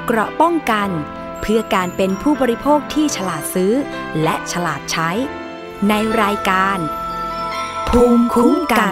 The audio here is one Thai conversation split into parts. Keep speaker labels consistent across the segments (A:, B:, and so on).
A: เกราะป้องกันเพื่อการเป็นผู้บริโภคที่ฉลาดซื้อและฉลาดใช้ในรายการภูมิคุ้มกัน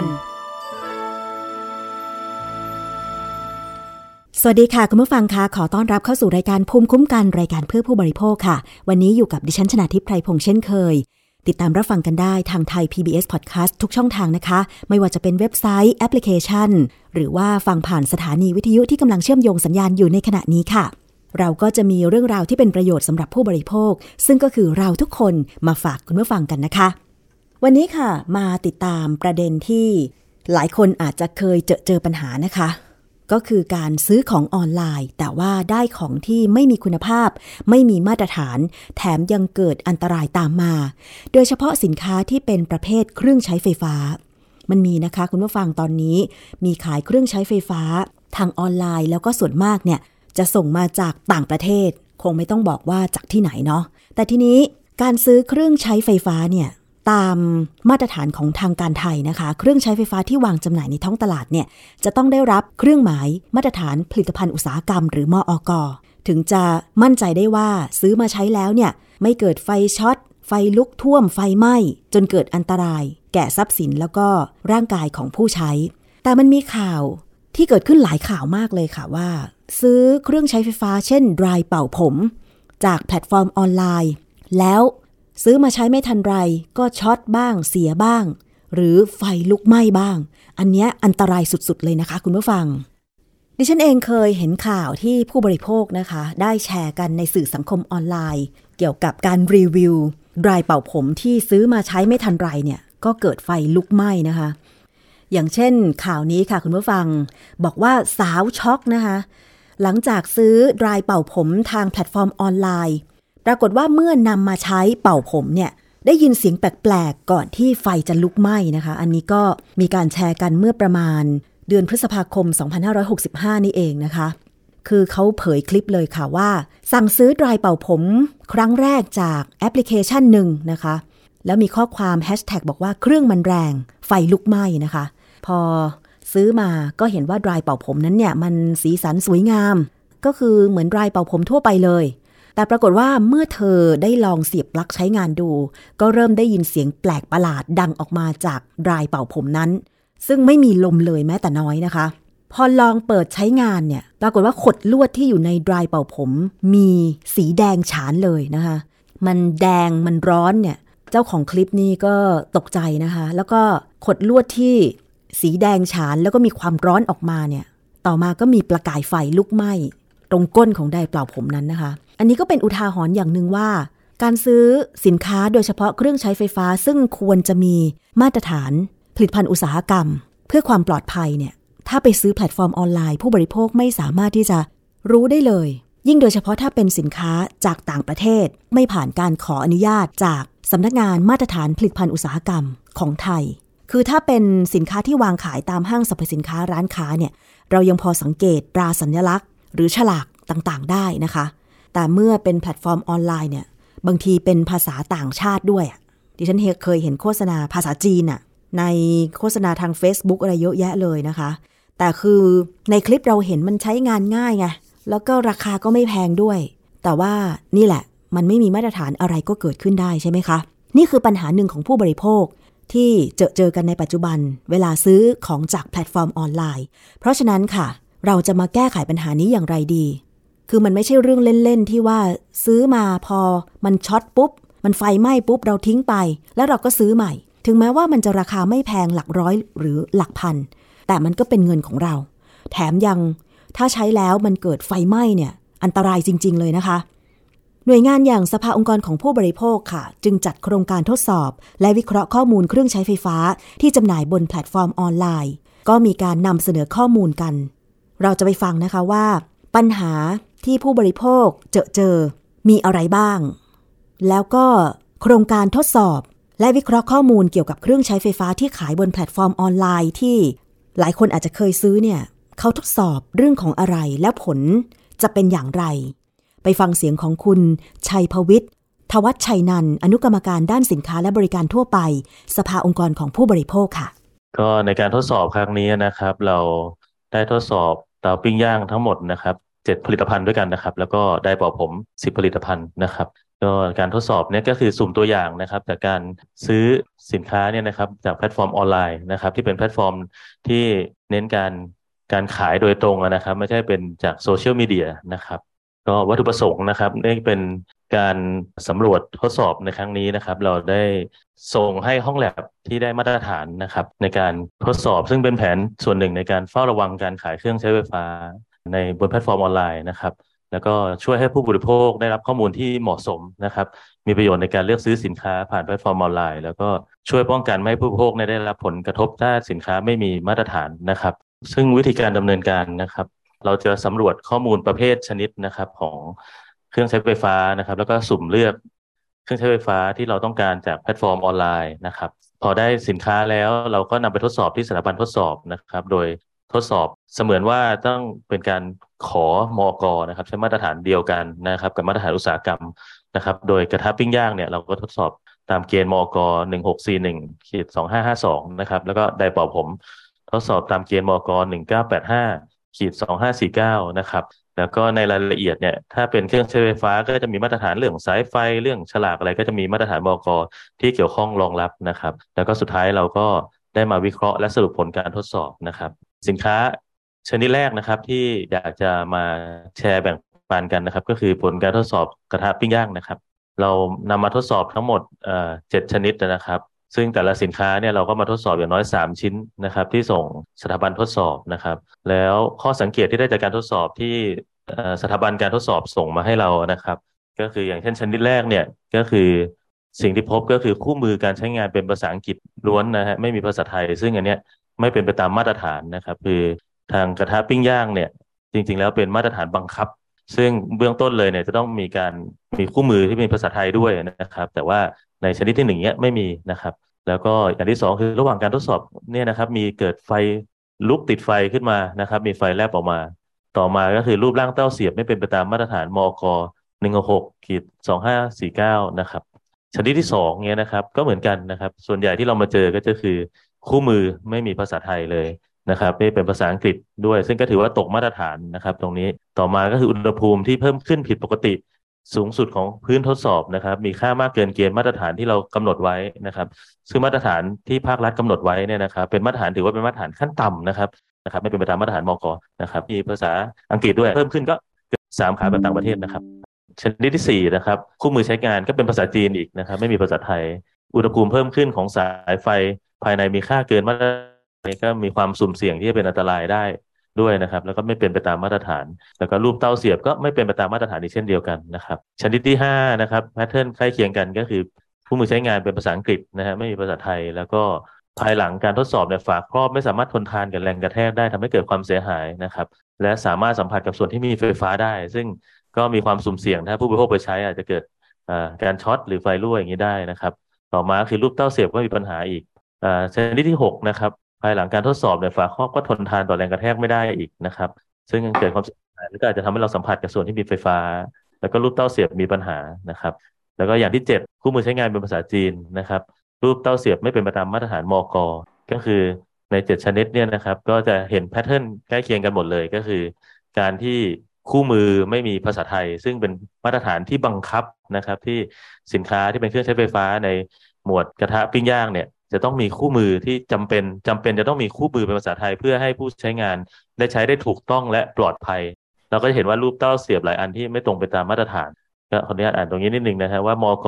B: สวัสดีค่ะคุณผู้ฟังคะขอต้อนรับเข้าสู่รายการภูมิคุ้มกันรายการเพื่อผู้บริโภคค่ะวันนี้อยู่กับดิฉันชนาทิพย์ไพรพงษ์เช่นเคยติดตามรับฟังกันได้ทางไทย PBS Podcast ทุกช่องทางนะคะไม่ว่าจะเป็นเว็บไซต์แอปพลิเคชันหรือว่าฟังผ่านสถานีวิทยุที่กำลังเชื่อมโยงสัญญาณอยู่ในขณะนี้ค่ะเราก็จะมีเรื่องราวที่เป็นประโยชน์สำหรับผู้บริโภคซึ่งก็คือเราทุกคนมาฝากคุณผู้ฟังกันนะคะวันนี้ค่ะมาติดตามประเด็นที่หลายคนอาจจะเคยเจอปัญหานะคะก็คือการซื้อของออนไลน์แต่ว่าได้ของที่ไม่มีคุณภาพไม่มีมาตรฐานแถมยังเกิดอันตรายตามมาโดยเฉพาะสินค้าที่เป็นประเภทเครื่องใช้ไฟฟ้ามันมีนะคะคุณผู้ฟังตอนนี้มีขายเครื่องใช้ไฟฟ้าทางออนไลน์แล้วก็ส่วนมากเนี่ยจะส่งมาจากต่างประเทศคงไม่ต้องบอกว่าจากที่ไหนเนาะแต่ทีนี้การซื้อเครื่องใช้ไฟฟ้าเนี่ยตามมาตรฐานของทางการไทยนะคะเครื่องใช้ไฟฟ้าที่วางจำหน่ายในท้องตลาดเนี่ยจะต้องได้รับเครื่องหมายมาตรฐานผลิตภัณฑ์อุตสาหกรรมหรือมอก.ถึงจะมั่นใจได้ว่าซื้อมาใช้แล้วเนี่ยไม่เกิดไฟช็อตไฟลุกท่วมไฟไหม้จนเกิดอันตรายแก่ทรัพย์สินแล้วก็ร่างกายของผู้ใช้แต่มันมีข่าวที่เกิดขึ้นหลายข่าวมากเลยค่ะว่าซื้อเครื่องใช้ไฟฟ้าเช่นไดร์เป่าผมจากแพลตฟอร์มออนไลน์แล้วซื้อมาใช้ไม่ทันไรก็ช็อตบ้างเสียบ้างหรือไฟลุกไหม้บ้างอันเนี้ยอันตรายสุดๆเลยนะคะคุณผู้ฟังดิฉันเองเคยเห็นข่าวที่ผู้บริโภคนะคะได้แชร์กันในสื่อสังคมออนไลน์เกี่ยวกับการรีวิวไดร์เป่าผมที่ซื้อมาใช้ไม่ทันไรเนี่ยก็เกิดไฟลุกไหม้นะคะอย่างเช่นข่าวนี้ค่ะคุณผู้ฟังบอกว่าสาวช็อกนะคะหลังจากซื้อไดร์เป่าผมทางแพลตฟอร์มออนไลน์ปรากฏว่าเมื่อนำมาใช้เป่าผมเนี่ยได้ยินเสียงแปลกๆก่อนที่ไฟจะลุกไหม้นะคะอันนี้ก็มีการแชร์กันเมื่อประมาณเดือนพฤษภาคม 2565 นี่เองนะคะคือเขาเผยคลิปเลยค่ะว่าสั่งซื้อไดร์เป่าผมครั้งแรกจากแอปพลิเคชันหนึ่งนะคะแล้วมีข้อความแฮชแท็กบอกว่าเครื่องมันแรงไฟลุกไหม้นะคะพอซื้อมาก็เห็นว่าไดร์เป่าผมนั้นเนี่ยมันสีสันสวยงามก็คือเหมือนไดร์เป่าผมทั่วไปเลยแต่ปรากฏว่าเมื่อเธอได้ลองเสียบปลั๊กใช้งานดูก็เริ่มได้ยินเสียงแปลกประหลาดดังออกมาจากไดร์เป่าผมนั้นซึ่งไม่มีลมเลยแม้แต่น้อยนะคะพอลองเปิดใช้งานเนี่ยปรากฏว่าขดลวดที่อยู่ในไดร์เป่าผมมีสีแดงฉานเลยนะคะมันแดงมันร้อนเนี่ยเจ้าของคลิปนี้ก็ตกใจนะคะแล้วก็ขดลวดที่สีแดงฉานแล้วก็มีความร้อนออกมาเนี่ยต่อมาก็มีประกายไฟลุกไหม้ตรงก้นของไดร์เป่าผมนั้นนะคะอันนี้ก็เป็นอุทาหรณ์อย่างหนึ่งว่าการซื้อสินค้าโดยเฉพาะเครื่องใช้ไฟฟ้าซึ่งควรจะมีมาตรฐานผลิตภัณฑ์อุตสาหกรรมเพื่อความปลอดภัยเนี่ยถ้าไปซื้อแพลตฟอร์มออนไลน์ผู้บริโภคไม่สามารถที่จะรู้ได้เลยยิ่งโดยเฉพาะถ้าเป็นสินค้าจากต่างประเทศไม่ผ่านการขออนุญาตจากสำนักงานมาตรฐานผลิตภัณฑ์อุตสาหกรรมของไทยคือถ้าเป็นสินค้าที่วางขายตามห้างสรรพสินค้าร้านค้าเนี่ยเรายังพอสังเกตตราสัญลักษณ์หรือฉลากต่างๆได้นะคะแต่เมื่อเป็นแพลตฟอร์มออนไลน์เนี่ยบางทีเป็นภาษาต่างชาติด้วยดิฉันเคยเห็นโฆษณาภาษาจีนในโฆษณาทาง Facebook อะไรเยอะแยะเลยนะคะแต่คือในคลิปเราเห็นมันใช้งานง่ายไงแล้วก็ราคาก็ไม่แพงด้วยแต่ว่านี่แหละมันไม่มีมาตรฐานอะไรก็เกิดขึ้นได้ใช่ไหมคะนี่คือปัญหาหนึ่งของผู้บริโภคที่เจอกันในปัจจุบันเวลาซื้อของจากแพลตฟอร์มออนไลน์เพราะฉะนั้นค่ะเราจะมาแก้ไขปัญหานี้อย่างไรดีคือมันไม่ใช่เรื่องเล่นๆที่ว่าซื้อมาพอมันช็อตปุ๊บมันไฟไหม้ปุ๊บเราทิ้งไปแล้วเราก็ซื้อใหม่ถึงแม้ว่ามันจะราคาไม่แพงหลักร้อยหรือหลักพันแต่มันก็เป็นเงินของเราแถมยังถ้าใช้แล้วมันเกิดไฟไหม้เนี่ยอันตรายจริงๆเลยนะคะหน่วยงานอย่างสภาองค์กรของผู้บริโภคค่ะจึงจัดโครงการทดสอบและวิเคราะห์ข้อมูลเครื่องใช้ไฟฟ้าที่จำหน่ายบนแพลตฟอร์มออนไลน์ก็มีการนำเสนอข้อมูลกันเราจะไปฟังนะคะว่าปัญหาที่ผู้บริโภคเจอมีอะไรบ้างแล้วก็โครงการทดสอบและวิเคราะห์ข้อมูลเกี่ยวกับเครื่องใช้ไฟฟ้าที่ขายบนแพลตฟอร์มออนไลน์ที่หลายคนอาจจะเคยซื้อเนี่ยเขาทดสอบเรื่องของอะไรและผลจะเป็นอย่างไรไปฟังเสียงของคุณชัยพวิทย์ทวัชชัยนันท์อนุกรรมการด้านสินค้าและบริการทั่วไปสภาองค์กรของผู้บริโภคค่ะ
C: ก็ในการทดสอบครั้งนี้นะครับเราได้ทดสอบเตาปิ้งย่างทั้งหมดนะครับ 7ผลิตภัณฑ์ด้วยกันนะครับแล้วก็ไดร์เป่าผม10ผลิตภัณฑ์นะครับก็การทดสอบเนี่ยก็คือสุ่มตัวอย่างนะครับจากการซื้อสินค้าเนี่ยนะครับจากแพลตฟอร์มออนไลน์นะครับที่เป็นแพลตฟอร์มที่เน้นการขายโดยตรงนะครับไม่ใช่เป็นจากโซเชียลมีเดียนะครับก็วัตถุประสงค์นะครับนี่เป็นการสำรวจทดสอบในครั้งนี้นะครับเราได้ส่งให้ห้องแลบที่ได้มาตรฐานนะครับในการทดสอบซึ่งเป็นแผนส่วนหนึ่งในการเฝ้าระวังการขายเครื่องใช้ไฟฟ้าในบนแพลตฟอร์มออนไลน์นะครับแล้วก็ช่วยให้ผู้บริโภคได้รับข้อมูลที่เหมาะสมนะครับมีประโยชน์ในการเลือกซื้อสินค้าผ่านแพลตฟอร์มออนไลน์แล้วก็ช่วยป้องกันไม่ให้ผู้บริโภคได้รับผลกระทบถ้าสินค้าไม่มีมาตรฐานนะครับซึ่งวิธีการดำเนินการนะครับเราจะสำรวจข้อมูลประเภทชนิดนะครับของเครื่องใช้ไฟฟ้านะครับแล้วก็สุ่มเลือกเครื่องใช้ไฟฟ้าที่เราต้องการจากแพลตฟอร์มออนไลน์นะครับพอได้สินค้าแล้วเราก็นำไปทดสอบที่สถาบันทดสอบนะครับโดยทดสอบเสมือนว่าต้องเป็นการขอมก.นะครับใช้มาตรฐานเดียวกันนะครับกับมาตรฐานอุตสาหกรรมนะครับโดยกระทะปิ้งย่างเนี่ยเราก็ทดสอบตามเกณฑ์มก1641-2552นะครับแล้วก็ไดร์เป่าผมทดสอบตามเกณฑ์มก1985-2549นะครับแล้วก็ในรายละเอียดเนี่ยถ้าเป็นเครื่องใช้ไฟฟ้าก็จะมีมาตรฐานเรื่องสายไฟเรื่องฉลากอะไรก็จะมีมาตรฐานมก.ที่เกี่ยวข้องรองรับนะครับแล้วก็สุดท้ายเราก็ได้มาวิเคราะห์และสรุปผลการทดสอบนะครับสินค้าชนิดแรกนะครับที่อยากจะมาแชร์แบ่งปันกันนะครับก็คือผลการทดสอบกระทะปิ้งย่างนะครับเรานำมาทดสอบทั้งหมด7ชนิดนะครับซึ่งแต่ละสินค้าเนี่ยเราก็มาทดสอบอย่างน้อย3ชิ้นนะครับที่ส่งสถาบันทดสอบนะครับแล้วข้อสังเกตที่ได้จากการทดสอบที่สถาบันการทดสอบส่งมาให้เรานะครับก็คืออย่างเช่นชนิดแรกเนี่ยก็คือสิ่งที่พบก็คือคู่มือการใช้งานเป็นภาษาอังกฤษล้วนนะฮะไม่มีภาษาไทยซึ่งอันเนี้ยไม่เป็นไปตามมาตรฐานนะครับคือทางกระทะปิ้งย่างเนี่ยจริงๆแล้วเป็นมาตรฐานบังคับซึ่งเบื้องต้นเลยเนี่ยจะต้องมีคู่มือที่เป็นภาษาไทยด้วยนะครับแต่ว่าในชนิดที่1เนี่ยไม่มีนะครับแล้วก็อย่างที่2คือระหว่างการทดสอบเนี่ยนะครับมีเกิดไฟลุกติดไฟขึ้นมานะครับมีไฟแลบออกมาต่อมาก็คือรูปร่างเต้าเสียบไม่เป็นไปตามมาตรฐานมก166-2549นะครับชนิดที่2เนี่ยนะครับก็เหมือนกันนะครับส่วนใหญ่ที่เรามาเจอก็จะคือคู่มือไม่มีภาษาไทยเลยนะครับไม่เป็นภาษาอังกฤษด้วยซึ่งก็ถือว่าตกมาตรฐานนะครับตรงนี้ต่อมาก็คืออุณหภูมิที่เพิ่มขึ้นผิดปกติสูงสุดของพื้นทดสอบนะครับมีค่ามากเกินเกณฑ์มาตรฐานที่เรากำหนดไว้นะครับซึ่งมาตรฐานที่ภาครัฐกำหนดไว้เนี่ยนะครับเป็นมาตรฐานถือว่าเป็นมาตรฐานขั้นต่ำนะครับไม่เป็นไปตามมาตรฐานมก.นะครับมีภาษาอังกฤษด้วยเพิ่มขึ้นก็3 ขาแบบต่างประเทศนะครับชนิดที่4นะครับคู่มือใช้งานก็เป็นภาษาจีนอีกนะครับไม่มีภาษาไทยอุณหภูมิเพิ่มขึ้นของสายไฟภายในมีค่าเกินมาตรฐานก็มีความสุ่มเสี่ยงที่จะเป็นอันตรายได้ด้วยนะครับแล้วก็ไม่เป็นไปตามมาตรฐานแล้วก็รูปเต้าเสียบก็ไม่เป็นไปตามมาตรฐานอีกเช่นเดียวกันนะครับชนิดที่5นะครับแพทเทิร์นใกล้เคียงกันก็คือคู่มือใช้งานเป็นภาษาอังกฤษนะฮะไม่มีภาษาไทยแล้วก็ภายหลังการทดสอบเนี่ยฝาครอบไม่สามารถทนทานกับแรงกระแทกได้ทำให้เกิดความเสียหายนะครับและสามารถสัมผัสกับส่วนที่มีไฟฟ้าได้ซึ่งก็มีความสุ่มเสี่ยงถ้าผู้บริโภคไปใช้อาจจะเกิดการช็อตหรือไฟรั่วอย่างนี้ได้นะครับต่อมาคือรูปเต้าเสียบก็มีปัญหาอีกชนิดที่6นะครับภายหลังการทดสอบเนี่ยฝาครอบก็ทนทานต่อแรงกระแทกไม่ได้อีกนะครับซึ่งเกิดความเสียหายแล้วก็อาจจะทำให้เราสัมผัสกับส่วนที่มีไฟฟ้าแล้วก็รูปเต้าเสียบมีปัญหานะครับแล้วก็อย่างที่7คู่มือใช้งานเป็นภาษาจีนนะครับรูปเต้าเสียบไม่เป็นไปตามมาตรฐานมก.ก็คือใน7ชนิดเนี่ยนะครับก็จะเห็นแพทเทิร์นใกล้เคียงกันหมดเลยก็คือการที่คู่มือไม่มีภาษาไทยซึ่งเป็นมาตรฐานที่บังคับนะครับที่สินค้าที่เป็นเครื่องใช้ไฟฟ้าในหมวดกระทะปิ้งย่างเนี่ยจะต้องมีคู่มือที่จำเป็นจะต้องมีคู่มือเป็นภาษาไทยเพื่อให้ผู้ใช้งานได้ใช้ได้ถูกต้องและปลอดภัยเราก็จะเห็นว่ารูปเต้าเสียบหลายอันที่ไม่ตรงไปตามมาตรฐานก็ขออนุญาตอ่านตรงนี้นิดนึงนะฮะว่ามก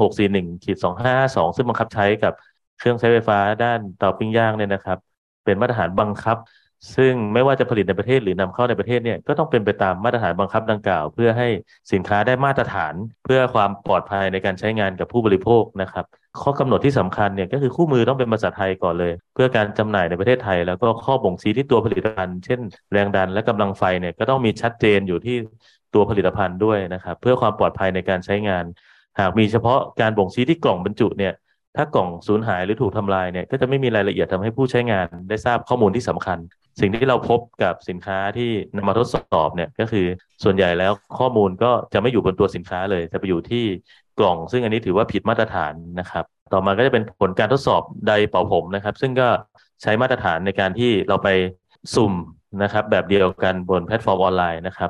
C: 1641-2552ซึ่งบังคับใช้กับเครื่องใช้ไฟฟ้าด้านเตาปิ้งย่างเนี่ยนะครับเป็นมาตรฐานบังคับซึ่งไม่ว่าจะผลิตในประเทศหรือนำเข้าในประเทศเนี่ยก็ต้องเป็นไปตามมาตรฐานบังคับดังกล่าวเพื่อให้สินค้าได้มาตรฐานเพื่อความปลอดภัยในการใช้งานกับผู้บริโภคนะครับข้อกำหนดที่สำคัญเนี่ยก็คือคู่มือต้องเป็นภาษาไทยก่อนเลยเพื่อการจำหน่ายในประเทศไทยแล้วก็ข้อบ่งชี้ที่ตัวผลิตภัณฑ์เช่นแรงดันและกำลังไฟเนี่ยก็ต้องมีชัดเจนอยู่ที่ตัวผลิตภัณฑ์ด้วยนะครับเพื่อความปลอดภัยในการใช้งานหากมีเฉพาะการบ่งชี้ที่กล่องบรรจุเนี่ยถ้ากล่องสูญหายหรือถูกทำลายเนี่ยก็จะไม่มีรายละเอียดทำให้ผู้ใช้งานได้ทราบข้อมูลที่สำคัญสิ่งที่เราพบกับสินค้าที่นำมาทดสอบเนี่ยก็คือส่วนใหญ่แล้วข้อมูลก็จะไม่อยู่บนตัวสินค้าเลยจะไปอยู่ที่กล่องซึ่งอันนี้ถือว่าผิดมาตรฐานนะครับต่อมาก็จะเป็นผลการทดสอบไดร์เป่าผมนะครับซึ่งก็ใช้มาตรฐานในการที่เราไปสุ่มนะครับแบบเดียวกันบนแพลตฟอร์มออนไลน์นะครับ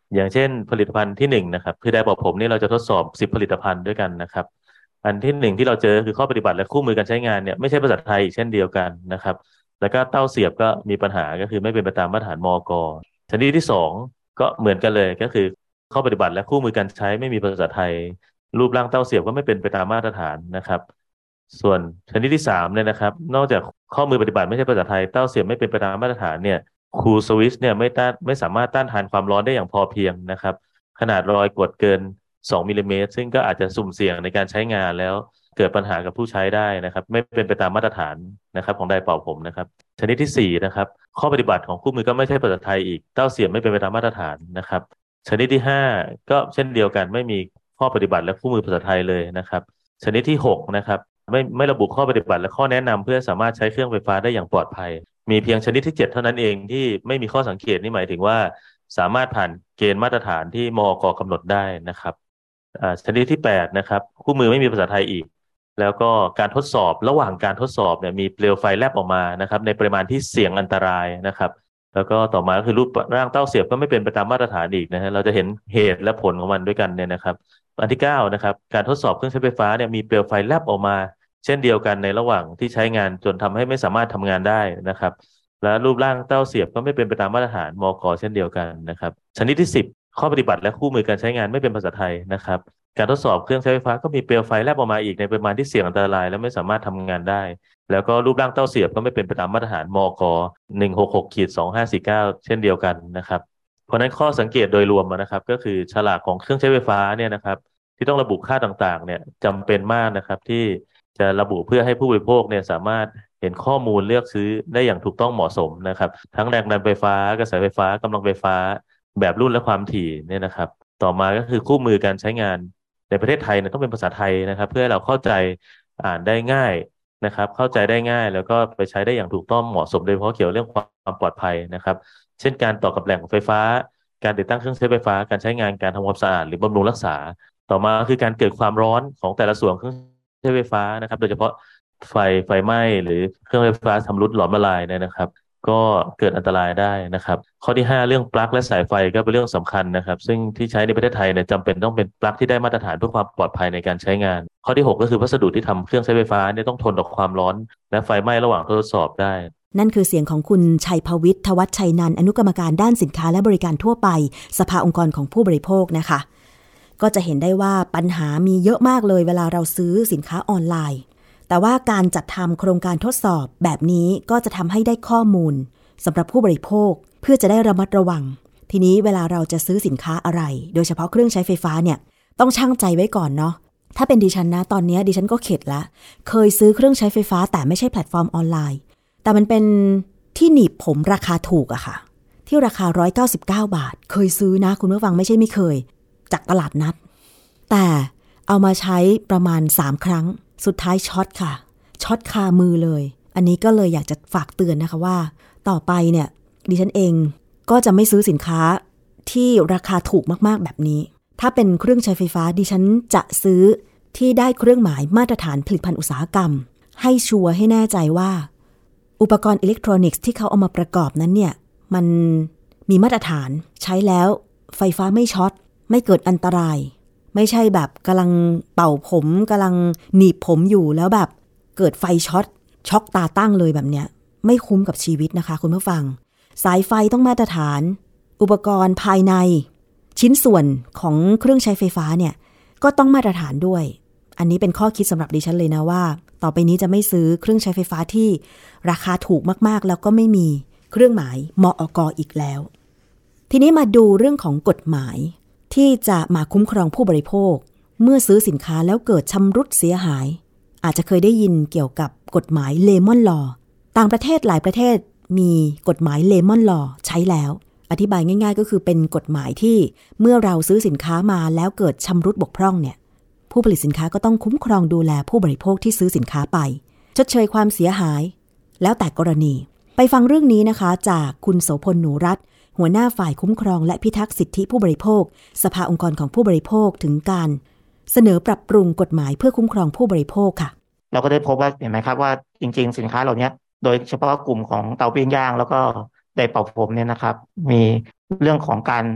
C: อย่างเช่นผลิตภัณฑ์ที่1นะครับคือไดร์เป่าผมนี่เราจะทดสอบ10ผลิตภัณฑ์ด้วยกันนะครับอันที่1ที่เราเจอคือข้อปฏิบัติและคู่มือการใช้งานเนี่ยไม่ใช่ภาษาไทยอีกเช่นเดียวกันนะครับแล้วก็เต้าเสียบก็มีปัญหาก็คือไม่เป็นไปตามมาตรฐานมก.ชนิดที่2ก็เหมือนกันเลยก็คือข้อปฏิบัติและคู่มือการใช้ไม่มีภาษาไทยรูปร่างเต้าเสียบก็ไม่เป็นไปตามมาตรฐานนะครับส่วนชนิดที่3เนี่ยนะครับนอกจากข้อมือปฏิบัติไม่ใช่ภาษาไทยเต้าเสียบไม่เป็นไปตามมาตรฐานเนี่ยคูลสวิชเนี่ยไม่สามารถต้านทานความร้อนได้อย่างพอเพียงนะครับขนาดรอยกดเกิน2มิลลิเมตรซึ่งก็อาจจะสุ่มเสี่ยงในการใช้งานแล้วเกิดปัญหากับผู้ใช้ได้นะครับไม่เป็นไปตามมาตรฐานนะครับของไดร์เป่าผมนะครับชนิดที่4นะครับข้อปฏิบัติของคู่มือก็ไม่ใช่ภาษาไทยอีกเต้าเสียบไม่เป็นไปตามมาตรฐานนะครับชนิดที่5ก็เช่นเดียวกันไม่มีข้อปฏิบัติและคู่มือภาษาไทยเลยนะครับชนิดที่6นะครับไม่ระบุข้อปฏิบัติและข้อแนะนำเพื่อสามารถใช้เครื่องไฟฟ้าได้อย่างปลอดภัยมีเพียงชนิดที่7เท่านั้นเองที่ไม่มีข้อสังเกตนี่หมายถึงว่าสามารถผ่านเกณฑ์มาตรฐานที่มอก.กำหนดได้นะครับชนิดที่8นะครับคู่มือไม่มีภาษาไทยอีกแล้วก็การทดสอบระหว่างการทดสอบเนี่ยมีเปลวไฟแลบออกมานะครับในปริมาณที่เสี่ยงอันตรายนะครับแล้วก็ต่อมาก็คือรูปร่างเต้าเสียบก็ไม่เป็นไปตามมาตรฐานอีกนะฮะเราจะเห็นเหตุและผลของมันด้วยกันเนี่ยนะครับอันที่9นะครับการทดสอบเครื่องใช้ไฟฟ้าเนี่ยมีเปลวไฟแลบออกมาเช่นเดียวกันในระหว่างที่ใช้งานจนทำให้ไม่สามารถทำงานได้นะครับและรูปร่างเต้าเสียบก็ไม่เป็นไปตามมาตรฐานมก.เช่นเดียวกันนะครับชนิดที่10ข้อปฏิบัติและคู่มือการใช้งานไม่เป็นภาษาไทยนะครับการทดสอบเครื่องใช้ไฟฟ้าก็มีเปลวไฟแลบออกมาอีกในปริมาณที่เสี่ยงอันตรายและไม่สามารถทำงานได้แล้วก็รูปร่างเต้าเสียบก็ไม่เป็นไปตามมาตรฐานมก166-2549เช่นเดียวกันนะครับเพราะนั้นข้อสังเกตโดยรวมนะครับก็คือฉลากของเครื่องใช้ไฟฟ้าเนี่ยนะครับที่ต้องระบุค่าต่างๆเนี่ยจำเป็นมากนะครับที่จะระบุเพื่อให้ผู้บริโภคเนี่ยสามารถเห็นข้อมูลเลือกซื้อได้อย่างถูกต้องเหมาะสมนะครับทั้งแรงดันไฟฟ้ากระแสไฟฟ้ากำลังไฟฟ้าแบบรุ่นและความถี่เนี่ยนะครับต่อมาก็คือคู่มือการใช้งานในประเทศไทยเนี่ยต้องเป็นภาษาไทยนะครับเพื่อให้เราเข้าใจอ่านได้ง่ายนะครับเข้าใจได้ง่ายแล้วก็ไปใช้ได้อย่างถูกต้องเหมาะสมโดยเฉพาะเกี่ยวเรื่องความปลอดภัยนะครับเช่นการต่อกับแหล่งไฟฟ้าการติดตั้งเครื่องใช้ไฟฟ้าการใช้งานการทำความสะอาดหรือบำรุงรักษาต่อมาคือการเกิดความร้อนของแต่ละส่วนเครื่องใช้ไฟฟ้านะครับโดยเฉพาะไฟไหม้หรือเครื่องไฟฟ้าชำรุดหลอมละลายเนี่ยนะครับก็เกิดอันตรายได้นะครับข้อที่5เรื่องปลั๊กและสายไฟก็เป็นเรื่องสำคัญนะครับซึ่งที่ใช้ในประเทศไทยเนี่ยจำเป็นต้องเป็นปลั๊กที่ได้มาตรฐานเพื่อความปลอดภัยในการใช้งานข้อที่6ก็คือวัสดุที่ทำเครื่องใช้ไฟฟ้าเนี่ยต้องทนต่อความร้อนและไฟไหม้ระหว่างทดสอบได้
B: นั่นคือเสียงของคุณชัยภวิทย์ ทวัชชัยนันท์อนุกรรมการด้านสินค้าและบริการทั่วไปสภาองค์กรของผู้บริโภคนะคะก็จะเห็นได้ว่าปัญหามีเยอะมากเลยเวลาเราซื้อสินค้าออนไลน์แต่ว่าการจัดทำโครงการทดสอบแบบนี้ก็จะทำให้ได้ข้อมูลสำหรับผู้บริโภคเพื่อจะได้ระมัดระวังทีนี้เวลาเราจะซื้อสินค้าอะไรโดยเฉพาะเครื่องใช้ไฟฟ้าเนี่ยต้องชั่งใจไว้ก่อนเนาะถ้าเป็นดิฉันนะตอนนี้ดิฉันก็เข็ดละเคยซื้อเครื่องใช้ไฟฟ้าแต่ไม่ใช่แพลตฟอร์มออนไลน์แต่มันเป็นที่หนีบผมราคาถูกอะค่ะที่ราคา199 บาทเคยซื้อนะคุณผู้ฟังไม่ใช่ไม่เคยจากตลาดนัดแต่เอามาใช้ประมาณ3ครั้งสุดท้ายช็อตค่ะช็อตคามือเลยอันนี้ก็เลยอยากจะฝากเตือนนะคะว่าต่อไปเนี่ยดิฉันเองก็จะไม่ซื้อสินค้าที่ราคาถูกมากๆแบบนี้ถ้าเป็นเครื่องใช้ไฟฟ้าดิฉันจะซื้อที่ได้เครื่องหมายมาตรฐานผลิตภัณฑ์อุตสาหกรรมให้ชัวร์ให้แน่ใจว่าอุปกรณ์อิเล็กทรอนิกส์ที่เขาเอามาประกอบนั้นเนี่ยมันมีมาตรฐานใช้แล้วไฟฟ้าไม่ช็อตไม่เกิดอันตรายไม่ใช่แบบกำลังเป่าผมกำลังหนีบผมอยู่แล้วแบบเกิดไฟช็อกตาตั้งเลยแบบเนี้ยไม่คุ้มกับชีวิตนะคะคุณผู้ฟังสายไฟต้องมาตรฐานอุปกรณ์ภายในชิ้นส่วนของเครื่องใช้ไฟฟ้าเนี่ยก็ต้องมาตรฐานด้วยอันนี้เป็นข้อคิดสำหรับดิฉันเลยนะว่าต่อไปนี้จะไม่ซื้อเครื่องใช้ไฟฟ้าที่ราคาถูกมากๆแล้วก็ไม่มีเครื่องหมายมอก.อีกแล้วทีนี้มาดูเรื่องของกฎหมายที่จะมาคุ้มครองผู้บริโภคเมื่อซื้อสินค้าแล้วเกิดชำรุดเสียหายอาจจะเคยได้ยินเกี่ยวกับกฎหมายเลมอนลอต่างประเทศหลายประเทศมีกฎหมายเลมอนลอใช้แล้วอธิบายง่ายๆก็คือเป็นกฎหมายที่เมื่อเราซื้อสินค้ามาแล้วเกิดชำรุดบกพร่องเนี่ยผู้ผลิตสินค้าก็ต้องคุ้มครองดูแลผู้บริโภคที่ซื้อสินค้าไปชดเชยความเสียหายแล้วแต่กรณีไปฟังเรื่องนี้นะคะจากคุณโสพลหนูรัตน์หัวหน้าฝ่ายคุ้มครองและพิทักษ์สิทธิผู้บริโภคสภาองค์กรของผู้บริโภคถึงการเสนอปรับปรุงกฎหมายเพื่อคุ้มครองผู้บริโภคค่ะ
D: เราก็ได้พบว่าเห็นไหมครับว่าจริงๆสินค้าเหล่านี้โดยเฉพาะกลุ่มของเตาปิ้งย่างแล้วก็ไดร์เป่าผมเนี่ยนะครับมีเรื่องของการ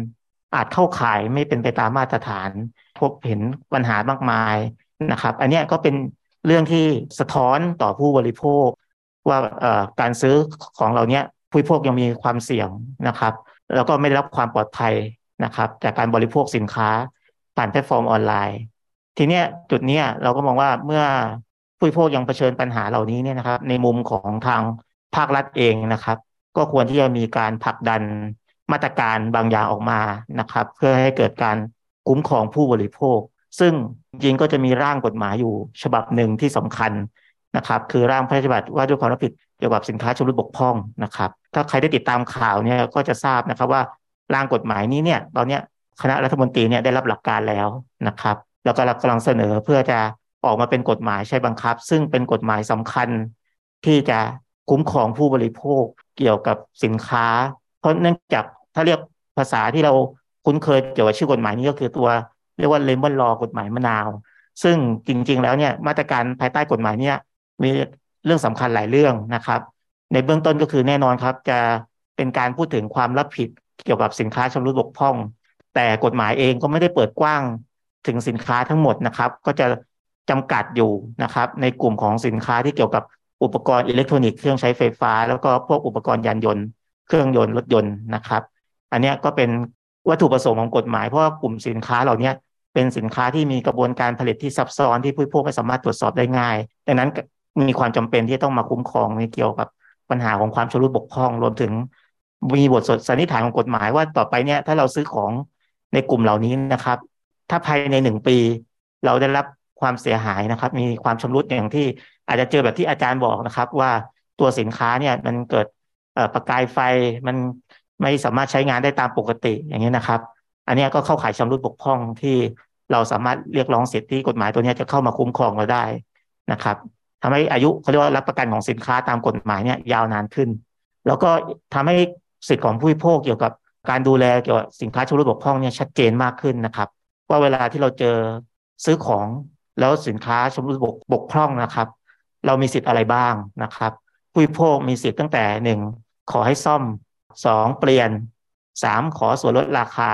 D: อาจเข้าข่ายไม่เป็นไปตามมาตรฐานพบเห็นปัญหามากมายนะครับอันนี้ก็เป็นเรื่องที่สะท้อนต่อผู้บริโภคว่าการซื้อของเหล่านี้ผู้บริโภคยังมีความเสี่ยงนะครับแล้วก็ไม่ได้รับความปลอดภัยนะครับจากการบริโภคสินค้าผ่านแพลตฟอร์มออนไลน์ทีเนี้ยจุดเนี้ยเราก็มองว่าเมื่อผู้บริโภคยังเผชิญปัญหาเหล่านี้เนี่ยนะครับในมุมของทางภาครัฐเองนะครับก็ควรที่จะมีการผลักดันมาตรการบางอย่างออกมานะครับเพื่อให้เกิดการคุ้มครองผู้บริโภคซึ่งจริงก็จะมีร่างกฎหมายอยู่ฉบับหนึ่งที่สำคัญนะครับคือร่างพระราชบัญญัติว่าด้วยความรับผิดเกี่ยวกับสินค้าชำรุดบกพร่องนะครับถ้าใครได้ติดตามข่าวเนี่ยก็จะทราบนะครับว่าร่างกฎหมายนี้เนี่ยตอนนี้คณะรัฐมนตรีเนี่ยได้รับหลักการแล้วนะครับแล้วก็กำลังเสนอเพื่อจะออกมาเป็นกฎหมายใช้บังคับซึ่งเป็นกฎหมายสำคัญที่จะคุ้มครองผู้บริโภคเกี่ยวกับสินค้าเพราะเนื่องจากถ้าเรียกภาษาที่เราคุ้นเคยเกี่ยวกับชื่อกฎหมายนี้ก็คือตัวเรียกว่าเลมอนลอกฎหมายมะนาวซึ่งจริงๆแล้วเนี่ยมาตรการภายใต้กฎหมายนี้มีเรื่องสำคัญหลายเรื่องนะครับในเบื้องต้นก็คือแน่นอนครับจะเป็นการพูดถึงความรับผิดเกี่ยวกับสินค้าชำรุดบกพร่องแต่กฎหมายเองก็ไม่ได้เปิดกว้างถึงสินค้าทั้งหมดนะครับก็จะจำกัดอยู่นะครับในกลุ่มของสินค้าที่เกี่ยวกับอุปกรณ์อิเล็กทรอนิกส์เครื่องใช้ไฟฟ้าแล้วก็พวกอุปกรณ์ยานยนต์เครื่องยนต์รถยนต์นะครับอันนี้ก็เป็นวัตถุประสงค์ของกฎหมายเพราะว่ากลุ่มสินค้าเหล่านี้เป็นสินค้าที่มีกระบวนการผลิตที่ซับซ้อนที่ผู้บริโภคไม่สามารถตรวจสอบได้ง่ายดังนั้นมีความจำเป็นที่ต้องมาคุ้มครองในเกี่ยวกับปัญหาของความชำรุดบกพร่องรวมถึงมีบทสันนิษฐานของกฎหมายว่าต่อไปเนี่ยถ้าเราซื้อของในกลุ่มเหล่านี้นะครับถ้าภายใน1 ปีเราได้รับความเสียหายนะครับมีความชำรุดอย่างที่อาจจะเจอแบบที่อาจารย์บอกนะครับว่าตัวสินค้าเนี่ยมันเกิดประกายไฟมันไม่สามารถใช้งานได้ตามปกติอย่างนี้นะครับอันนี้ก็เข้าข่ายชำรุดบกพร่องที่เราสามารถเรียกร้องสิทธิที่กฎหมายตัวนี้จะเข้ามาคุ้มครองเราได้นะครับทำให้อายุเขาเรียกว่ารับประกันของสินค้าตามกฎหมายเนี่ยยาวนานขึ้นแล้วก็ทำให้สิทธิของผู้บริโภคเกี่ยวกับการดูแลเกี่ยวกับสินค้าชำรุดบกพร่องเนี่ยชัดเจนมากขึ้นนะครับว่าเวลาที่เราเจอซื้อของแล้วสินค้าชำรุดบกพร่องนะครับเรามีสิทธิ์อะไรบ้างนะครับผู้บริโภคมีสิทธิ์ตั้งแต่1ขอให้ซ่อม2เปลี่ยน3ขอส่วนลดราคา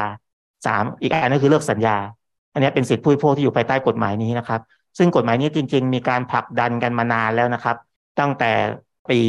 D: 3อีกอันนึงคือเลิกสัญญาอันนี้เป็นสิทธิผู้บริโภคที่อยู่ภายใต้กฎหมายนี้นะครับซึ่งกฎหมายนี้จริงๆมีการผลักดันกันมานานแล้วนะครับตั้งแต่ปี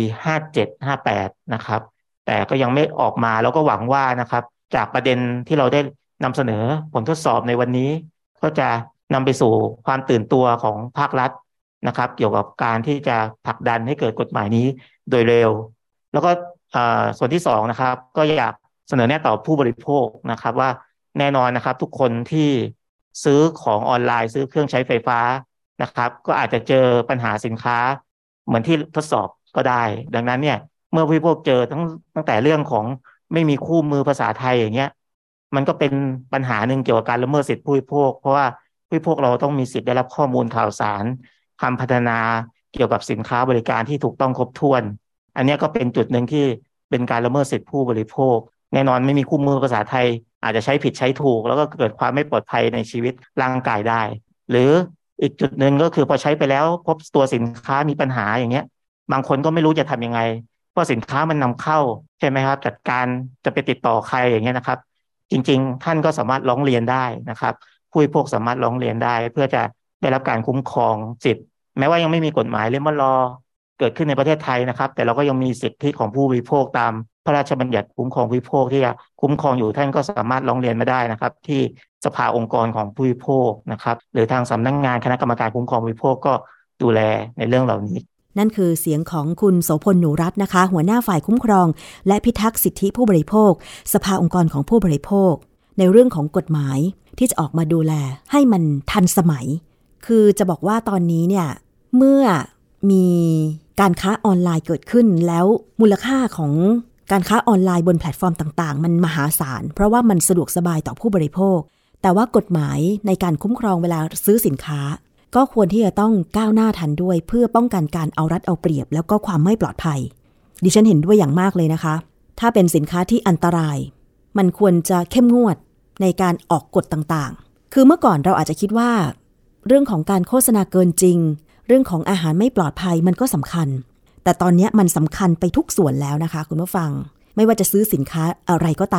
D: 57-58นะครับแต่ก็ยังไม่ออกมาแล้วก็หวังว่านะครับจากประเด็นที่เราได้นำเสนอผลทดสอบในวันนี้ก็จะนำไปสู่ความตื่นตัวของภาครัฐนะครับเกี่ยวกับการที่จะผลักดันให้เกิดกฎหมายนี้โดยเร็วแล้วก็ส่วนที่2นะครับก็อยากเสนอแนะต่อผู้บริโภคนะครับว่าแน่นอนนะครับทุกคนที่ซื้อของออนไลน์ซื้อเครื่องใช้ไฟฟ้านะครับก็อาจจะเจอปัญหาสินค้าเหมือนที่ทดสอบก็ได้ดังนั้นเนี่ยเมื่อผู้บริโภคเจอตั้งแต่เรื่องของไม่มีคู่มือภาษาไทยอย่างเงี้ยมันก็เป็นปัญหาหนึ่งเกี่ยวกับการละเมิดสิทธิผู้บริโภคเพราะว่าผู้บริโภคเราต้องมีสิทธิ์ได้รับข้อมูลข่าวสารคำพัฒนาเกี่ยวกับสินค้าบริการที่ถูกต้องครบถ้วนอันนี้ก็เป็นจุดหนึ่งที่เป็นการละเมิดสิทธิผู้บริโภคแน่นอนไม่มีคู่มือภาษาไทยอาจจะใช้ผิดใช้ถูกแล้วก็เกิดความไม่ปลอดภัยในชีวิตร่างกายได้หรืออีกจุดหนึ่งก็คือพอใช้ไปแล้วพบตัวสินค้ามีปัญหาอย่างเงี้ยบางคนก็ไม่รู้จะทำยังไงเพราะสินค้ามันนำเข้าใช่ไหมครับจัดการจะไปติดต่อใครอย่างเงี้ยนะครับจริงๆท่านก็สามารถร้องเรียนได้นะครับผู้บริโภคสามารถร้องเรียนได้เพื่อจะได้รับการคุ้มครองสิทธิ์แม้ว่ายังไม่มีกฎหมายเลมอนลอเกิดขึ้นในประเทศไทยนะครับแต่เราก็ยังมีสิทธิของผู้บริโภคตามพระราชบัญญัติคุ้มครองผู้บริโภคที่จะคุ้มครองอยู่ท่านก็สามารถร้องเรียนมาได้นะครับที่สภาองค์กรของผู้บริโภคนะครับหรือทางสำนักงานคณะกรรมการคุ้มครองผู้บริโภคก็ดูแลในเรื่องเหล่านี้
B: นั่นคือเสียงของคุณโสพลหนูรัตน์นะคะหัวหน้าฝ่ายคุ้มครองและพิทักษ์สิทธิผู้บริโภคสภาองค์กรของผู้บริโภคในเรื่องของกฎหมายที่จะออกมาดูแลให้มันทันสมัยคือจะบอกว่าตอนนี้เนี่ยเมื่อมีการค้าออนไลน์เกิดขึ้นแล้วมูลค่าของการค้าออนไลน์บนแพลตฟอร์มต่างๆมันมหาศาลเพราะว่ามันสะดวกสบายต่อผู้บริโภคแต่ว่ากฎหมายในการคุ้มครองเวลาซื้อสินค้าก็ควรที่จะต้องก้าวหน้าทันด้วยเพื่อป้องกันการเอารัดเอาเปรียบแล้วก็ความไม่ปลอดภัยดิฉันเห็นด้วยอย่างมากเลยนะคะถ้าเป็นสินค้าที่อันตรายมันควรจะเข้มงวดในการออกกฎต่างๆคือเมื่อก่อนเราอาจจะคิดว่าเรื่องของการโฆษณาเกินจริงเรื่องของอาหารไม่ปลอดภัยมันก็สำคัญแต่ แต่ตอนนี้มันสำคัญไปทุกส่วนแล้วนะคะคุณผู้ฟังไม่ว่าจะซื้อสินค้าอะไรก็ตาม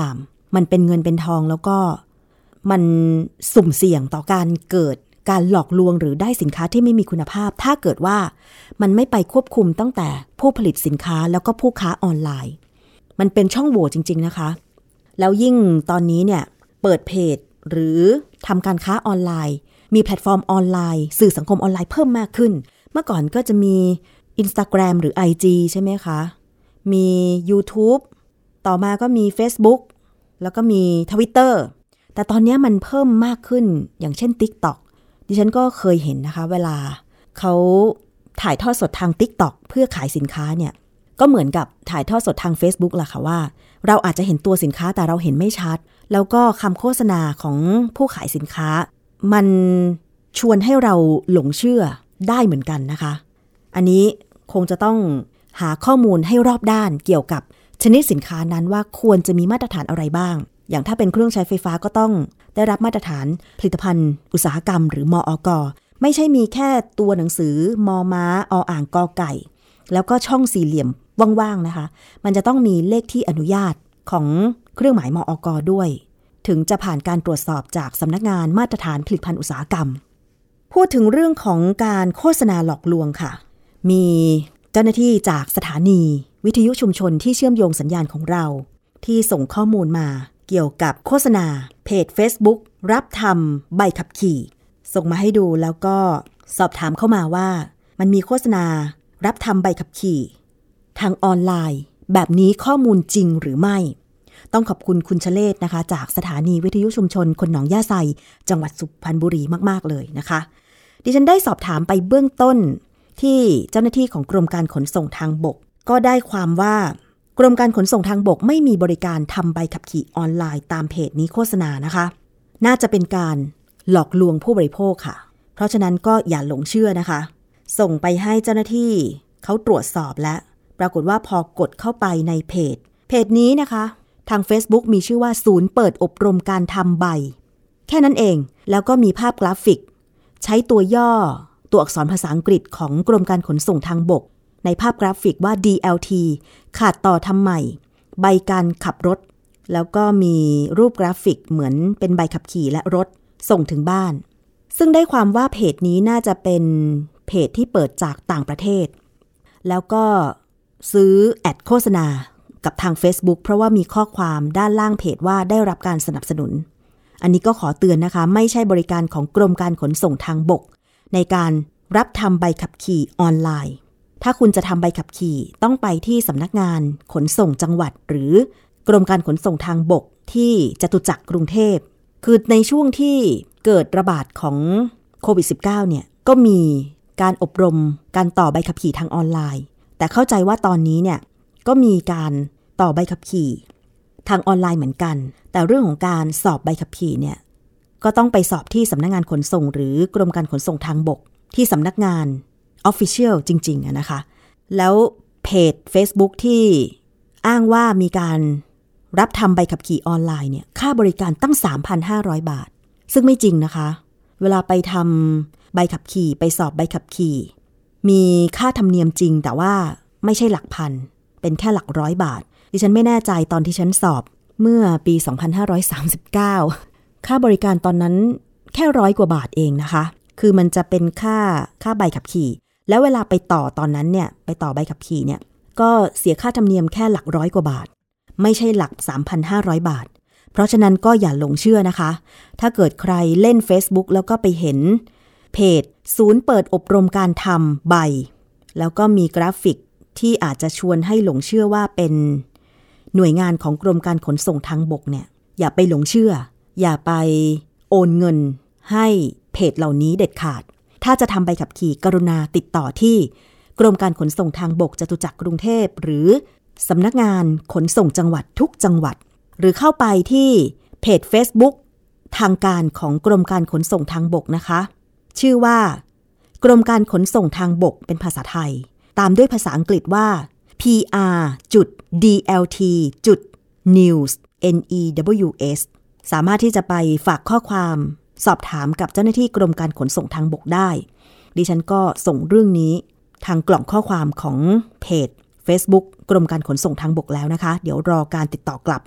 B: มันเป็นเงินเป็นทองแล้วก็มันสุ่มเสี่ยงต่อการเกิดการหลอกลวงหรือได้สินค้าที่ไม่มีคุณภาพถ้าเกิดว่ามันไม่ไปควบคุมตั้งแต่ผู้ผลิตสินค้าแล้วก็ผู้ค้าออนไลน์มันเป็นช่องโหว่จริงๆนะคะแล้วยิ่งตอนนี้เนี่ยเปิดเพจหรือทำการค้าออนไลน์มีแพลตฟอร์มออนไลน์สื่อสังคมออนไลน์เพิ่มมากขึ้นเมื่อก่อนก็จะมี Instagram หรือ IG ใช่ไหมคะมี YouTube ต่อมาก็มี Facebook แล้วก็มี Twitter แต่ตอนนี้มันเพิ่มมากขึ้นอย่างเช่น TikTok ดิฉันก็เคยเห็นนะคะเวลาเขาถ่ายทอดสดทาง TikTok เพื่อขายสินค้าเนี่ยก็เหมือนกับถ่ายทอดสดทาง Facebook ล่ะค่ะว่าเราอาจจะเห็นตัวสินค้าแต่เราเห็นไม่ชัดแล้วก็คำโฆษณาของผู้ขายสินค้ามันชวนให้เราหลงเชื่อได้เหมือนกันนะคะอันนี้คงจะต้องหาข้อมูลให้รอบด้านเกี่ยวกับชนิดสินค้านั้นว่าควรจะมีมาตรฐานอะไรบ้างอย่างถ้าเป็นเครื่องใช้ไฟฟ้าก็ต้องได้รับมาตรฐานผลิตภัณฑ์อุตสาหกรรมหรือมอก.ไม่ใช่มีแค่ตัวหนังสือมม้าออ่างกอไก่แล้วก็ช่องสี่เหลี่ยมว่างๆนะคะมันจะต้องมีเลขที่อนุญาตของเครื่องหมายมอก.ด้วยถึงจะผ่านการตรวจสอบจากสำนักงานมาตรฐานผลิตภัณฑ์อุตสาหกรรมพูดถึงเรื่องของการโฆษณาหลอกลวงค่ะมีเจ้าหน้าที่จากสถานีวิทยุชุมชนที่เชื่อมโยงสัญญาณของเราที่ส่งข้อมูลมาเกี่ยวกับโฆษณาเพจ Facebook รับทำใบขับขี่ส่งมาให้ดูแล้วก็สอบถามเข้ามาว่ามันมีโฆษณารับทำใบขับขี่ทางออนไลน์แบบนี้ข้อมูลจริงหรือไม่ต้องขอบคุณคุณชเลศนะคะจากสถานีวิทยุชุมชนคนหนองย่าไซจังหวัดสุพรรณบุรีมากๆเลยนะคะดิฉันได้สอบถามไปเบื้องต้นที่เจ้าหน้าที่ของกรมการขนส่งทางบกก็ได้ความว่ากรมการขนส่งทางบกไม่มีบริการทำใบขับขี่ออนไลน์ตามเพจนี้โฆษณานะคะน่าจะเป็นการหลอกลวงผู้บริโภคค่ะเพราะฉะนั้นก็อย่าหลงเชื่อนะคะส่งไปให้เจ้าหน้าที่เขาตรวจสอบและปรากฏว่าพอกดเข้าไปในเพจนี้นะคะทาง Facebook มีชื่อว่าศูนย์เปิดอบรมการทำใบแค่นั้นเองแล้วก็มีภาพกราฟิกใช้ตัวย่อตัวอักษรภาษาอังกฤษของกรมการขนส่งทางบกในภาพกราฟิกว่า DLT ขาดต่อทำใหม่ใบการขับรถแล้วก็มีรูปกราฟิกเหมือนเป็นใบขับขี่และรถส่งถึงบ้านซึ่งได้ความว่าเพจนี้น่าจะเป็นเพจที่เปิดจากต่างประเทศแล้วก็ซื้อแอดโฆษณากับทาง Facebook เพราะว่ามีข้อความด้านล่างเพจว่าได้รับการสนับสนุนอันนี้ก็ขอเตือนนะคะไม่ใช่บริการของกรมการขนส่งทางบกในการรับทำใบขับขี่ออนไลน์ถ้าคุณจะทำใบขับขี่ต้องไปที่สำนักงานขนส่งจังหวัดหรือกรมการขนส่งทางบกที่จตุจักรกรุงเทพคือในช่วงที่เกิดระบาดของโควิด -19 เนี่ยก็มีการอบรมการต่อใบขับขี่ทางออนไลน์แต่เข้าใจว่าตอนนี้เนี่ยก็มีการต่อใบขับขี่ทางออนไลน์เหมือนกันแต่เรื่องของการสอบใบขับขี่เนี่ยก็ต้องไปสอบที่สำนักงานขนส่งหรือกรมการขนส่งทางบกที่สำนักงาน Official จริงๆนะคะแล้วเพจ Facebook ที่อ้างว่ามีการรับทำใบขับขี่ออนไลน์เนี่ยค่าบริการตั้ง 3,500 บาทซึ่งไม่จริงนะคะเวลาไปทำใบขับขี่ไปสอบใบขับขี่มีค่าธรรมเนียมจริงแต่ว่าไม่ใช่หลักพันเป็นแค่หลักร้อยบาทดิฉันไม่แน่ใจตอนที่ฉันสอบเมื่อปี 2539 ค่าบริการตอนนั้นแค่100 กว่าบาทเองนะคะคือมันจะเป็นค่าใบขับขี่แล้วเวลาไปต่อตอนนั้นเนี่ยไปต่อใบขับขี่เนี่ยก็เสียค่าธรรมเนียมแค่หลักร้อยกว่าบาทไม่ใช่หลัก 3,500 บาทเพราะฉะนั้นก็อย่าหลงเชื่อนะคะถ้าเกิดใครเล่น Facebook แล้วก็ไปเห็นเพจศูนย์เปิดอบรมการทำใบแล้วก็มีกราฟิกที่อาจจะชวนให้หลงเชื่อว่าเป็นหน่วยงานของกรมการขนส่งทางบกเนี่ยอย่าไปหลงเชื่ออย่าไปโอนเงินให้เพจเหล่านี้เด็ดขาดถ้าจะทำใบขับขี่กรุณาติดต่อที่กรมการขนส่งทางบกจตุจักรกรุงเทพหรือสำนักงานขนส่งจังหวัดทุกจังหวัดหรือเข้าไปที่เพจ Facebook ทางการของกรมการขนส่งทางบกนะคะชื่อว่ากรมการขนส่งทางบกเป็นภาษาไทยตามด้วยภาษาอังกฤษว่า pr.dlt.news สามารถที่จะไปฝากข้อความสอบถามกับเจ้าหน้าที่กรมการขนส่งทางบกได้ดิฉันก็ส่งเรื่องนี้ทางกล่องข้อความของเพจ Facebook กรมการขนส่งทางบกแล้วนะคะเดี๋ยวรอการติดต่อกลับ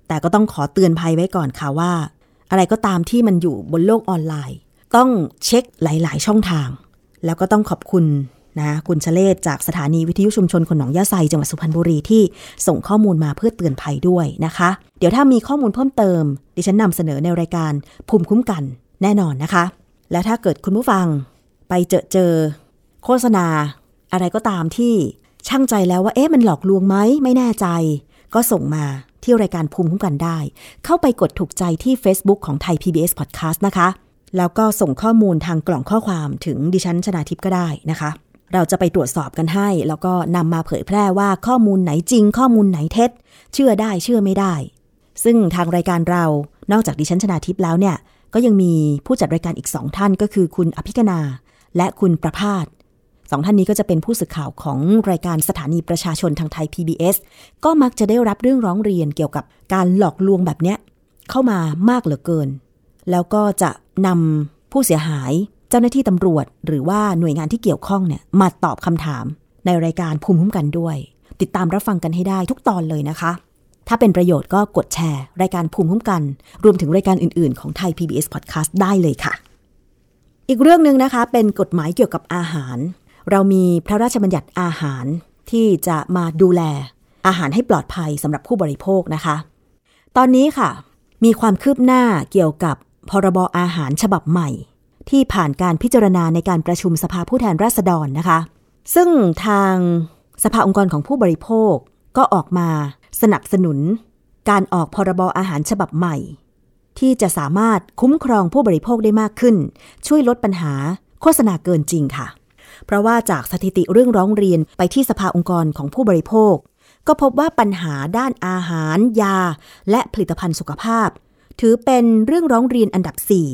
B: แต่ก็ต้องขอเตือนภัยไว้ก่อนค่ะว่าอะไรก็ตามที่มันอยู่บนโลกออนไลน์ต้องเช็คหลายๆช่องทางแล้วก็ต้องขอบคุณนะคุณชเลศจากสถานีวิทยุชุมชนคนหนองยะไซจังหวัดสุพรรณบุรีที่ส่งข้อมูลมาเพื่อเตือนภัยด้วยนะคะเดี๋ยวถ้ามีข้อมูลเพิ่มเติมดิฉันนำเสนอในรายการภูมิคุ้มกันแน่นอนนะคะและถ้าเกิดคุณผู้ฟังไปเจอโฆษณาอะไรก็ตามที่ชั่งใจแล้วว่ามันหลอกลวงไหมไม่แน่ใจก็ส่งมาที่รายการภูมิคุ้มกันได้เข้าไปกดถูกใจที่ Facebook ของไทย PBS Podcast นะคะแล้วก็ส่งข้อมูลทางกล่องข้อความถึงดิฉันชนาทิพย์ก็ได้นะคะเราจะไปตรวจสอบกันให้แล้วก็นำมาเผยแพร่ว่าข้อมูลไหนจริงข้อมูลไหนเท็จเชื่อได้เชื่อไม่ได้ซึ่งทางรายการเรานอกจากดิฉันชนาทิพย์แล้วเนี่ยก็ยังมีผู้จัดรายการอีก2ท่านก็คือคุณอภิกนาและคุณประภาส2ท่านนี้ก็จะเป็นผู้สื่อข่าวของรายการสถานีประชาชนทางไทย PBS ก็มักจะได้รับเรื่องร้องเรียนเกี่ยวกับการหลอกลวงแบบเนี้ยเข้ามามากเหลือเกินแล้วก็จะนำผู้เสียหายเจ้าหน้าที่ตำรวจหรือว่าหน่วยงานที่เกี่ยวข้องเนี่ยมาตอบคำถามในรายการภูมิคุ้มกันด้วยติดตามรับฟังกันให้ได้ทุกตอนเลยนะคะถ้าเป็นประโยชน์ก็กดแชร์รายการภูมิคุ้มกันรวมถึงรายการอื่นๆของไทย PBS Podcast ได้เลยค่ะอีกเรื่องนึงนะคะเป็นกฎหมายเกี่ยวกับอาหารเรามีพระราชบัญญัติอาหารที่จะมาดูแลอาหารให้ปลอดภัยสำหรับผู้บริโภคนะคะตอนนี้ค่ะมีความคืบหน้าเกี่ยวกับพรบอาหารฉบับใหม่ที่ผ่านการพิจารณาในการประชุมสภาผู้แทนราษฎรนะคะซึ่งทางสภาองค์กรของผู้บริโภคก็ออกมาสนับสนุนการออกพรบอาหารฉบับใหม่ที่จะสามารถคุ้มครองผู้บริโภคได้มากขึ้นช่วยลดปัญหาโฆษณาเกินจริงค่ะเพราะว่าจากสถิติเรื่องร้องเรียนไปที่สภาองค์กรของผู้บริโภคก็พบว่าปัญหาด้านอาหารยาและผลิตภัณฑ์สุขภาพถือเป็นเรื่องร้องเรียนอันดับ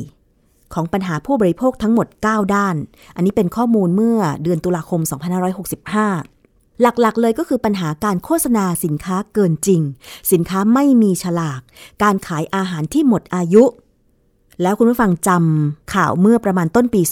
B: 4ของปัญหาผู้บริโภคทั้งหมด9ด้านอันนี้เป็นข้อมูลเมื่อเดือนตุลาคม2565หลักๆเลยก็คือปัญหาการโฆษณาสินค้าเกินจริงสินค้าไม่มีฉลากการขายอาหารที่หมดอายุแล้วคุณผู้ฟังจำข่าวเมื่อประมาณต้นปี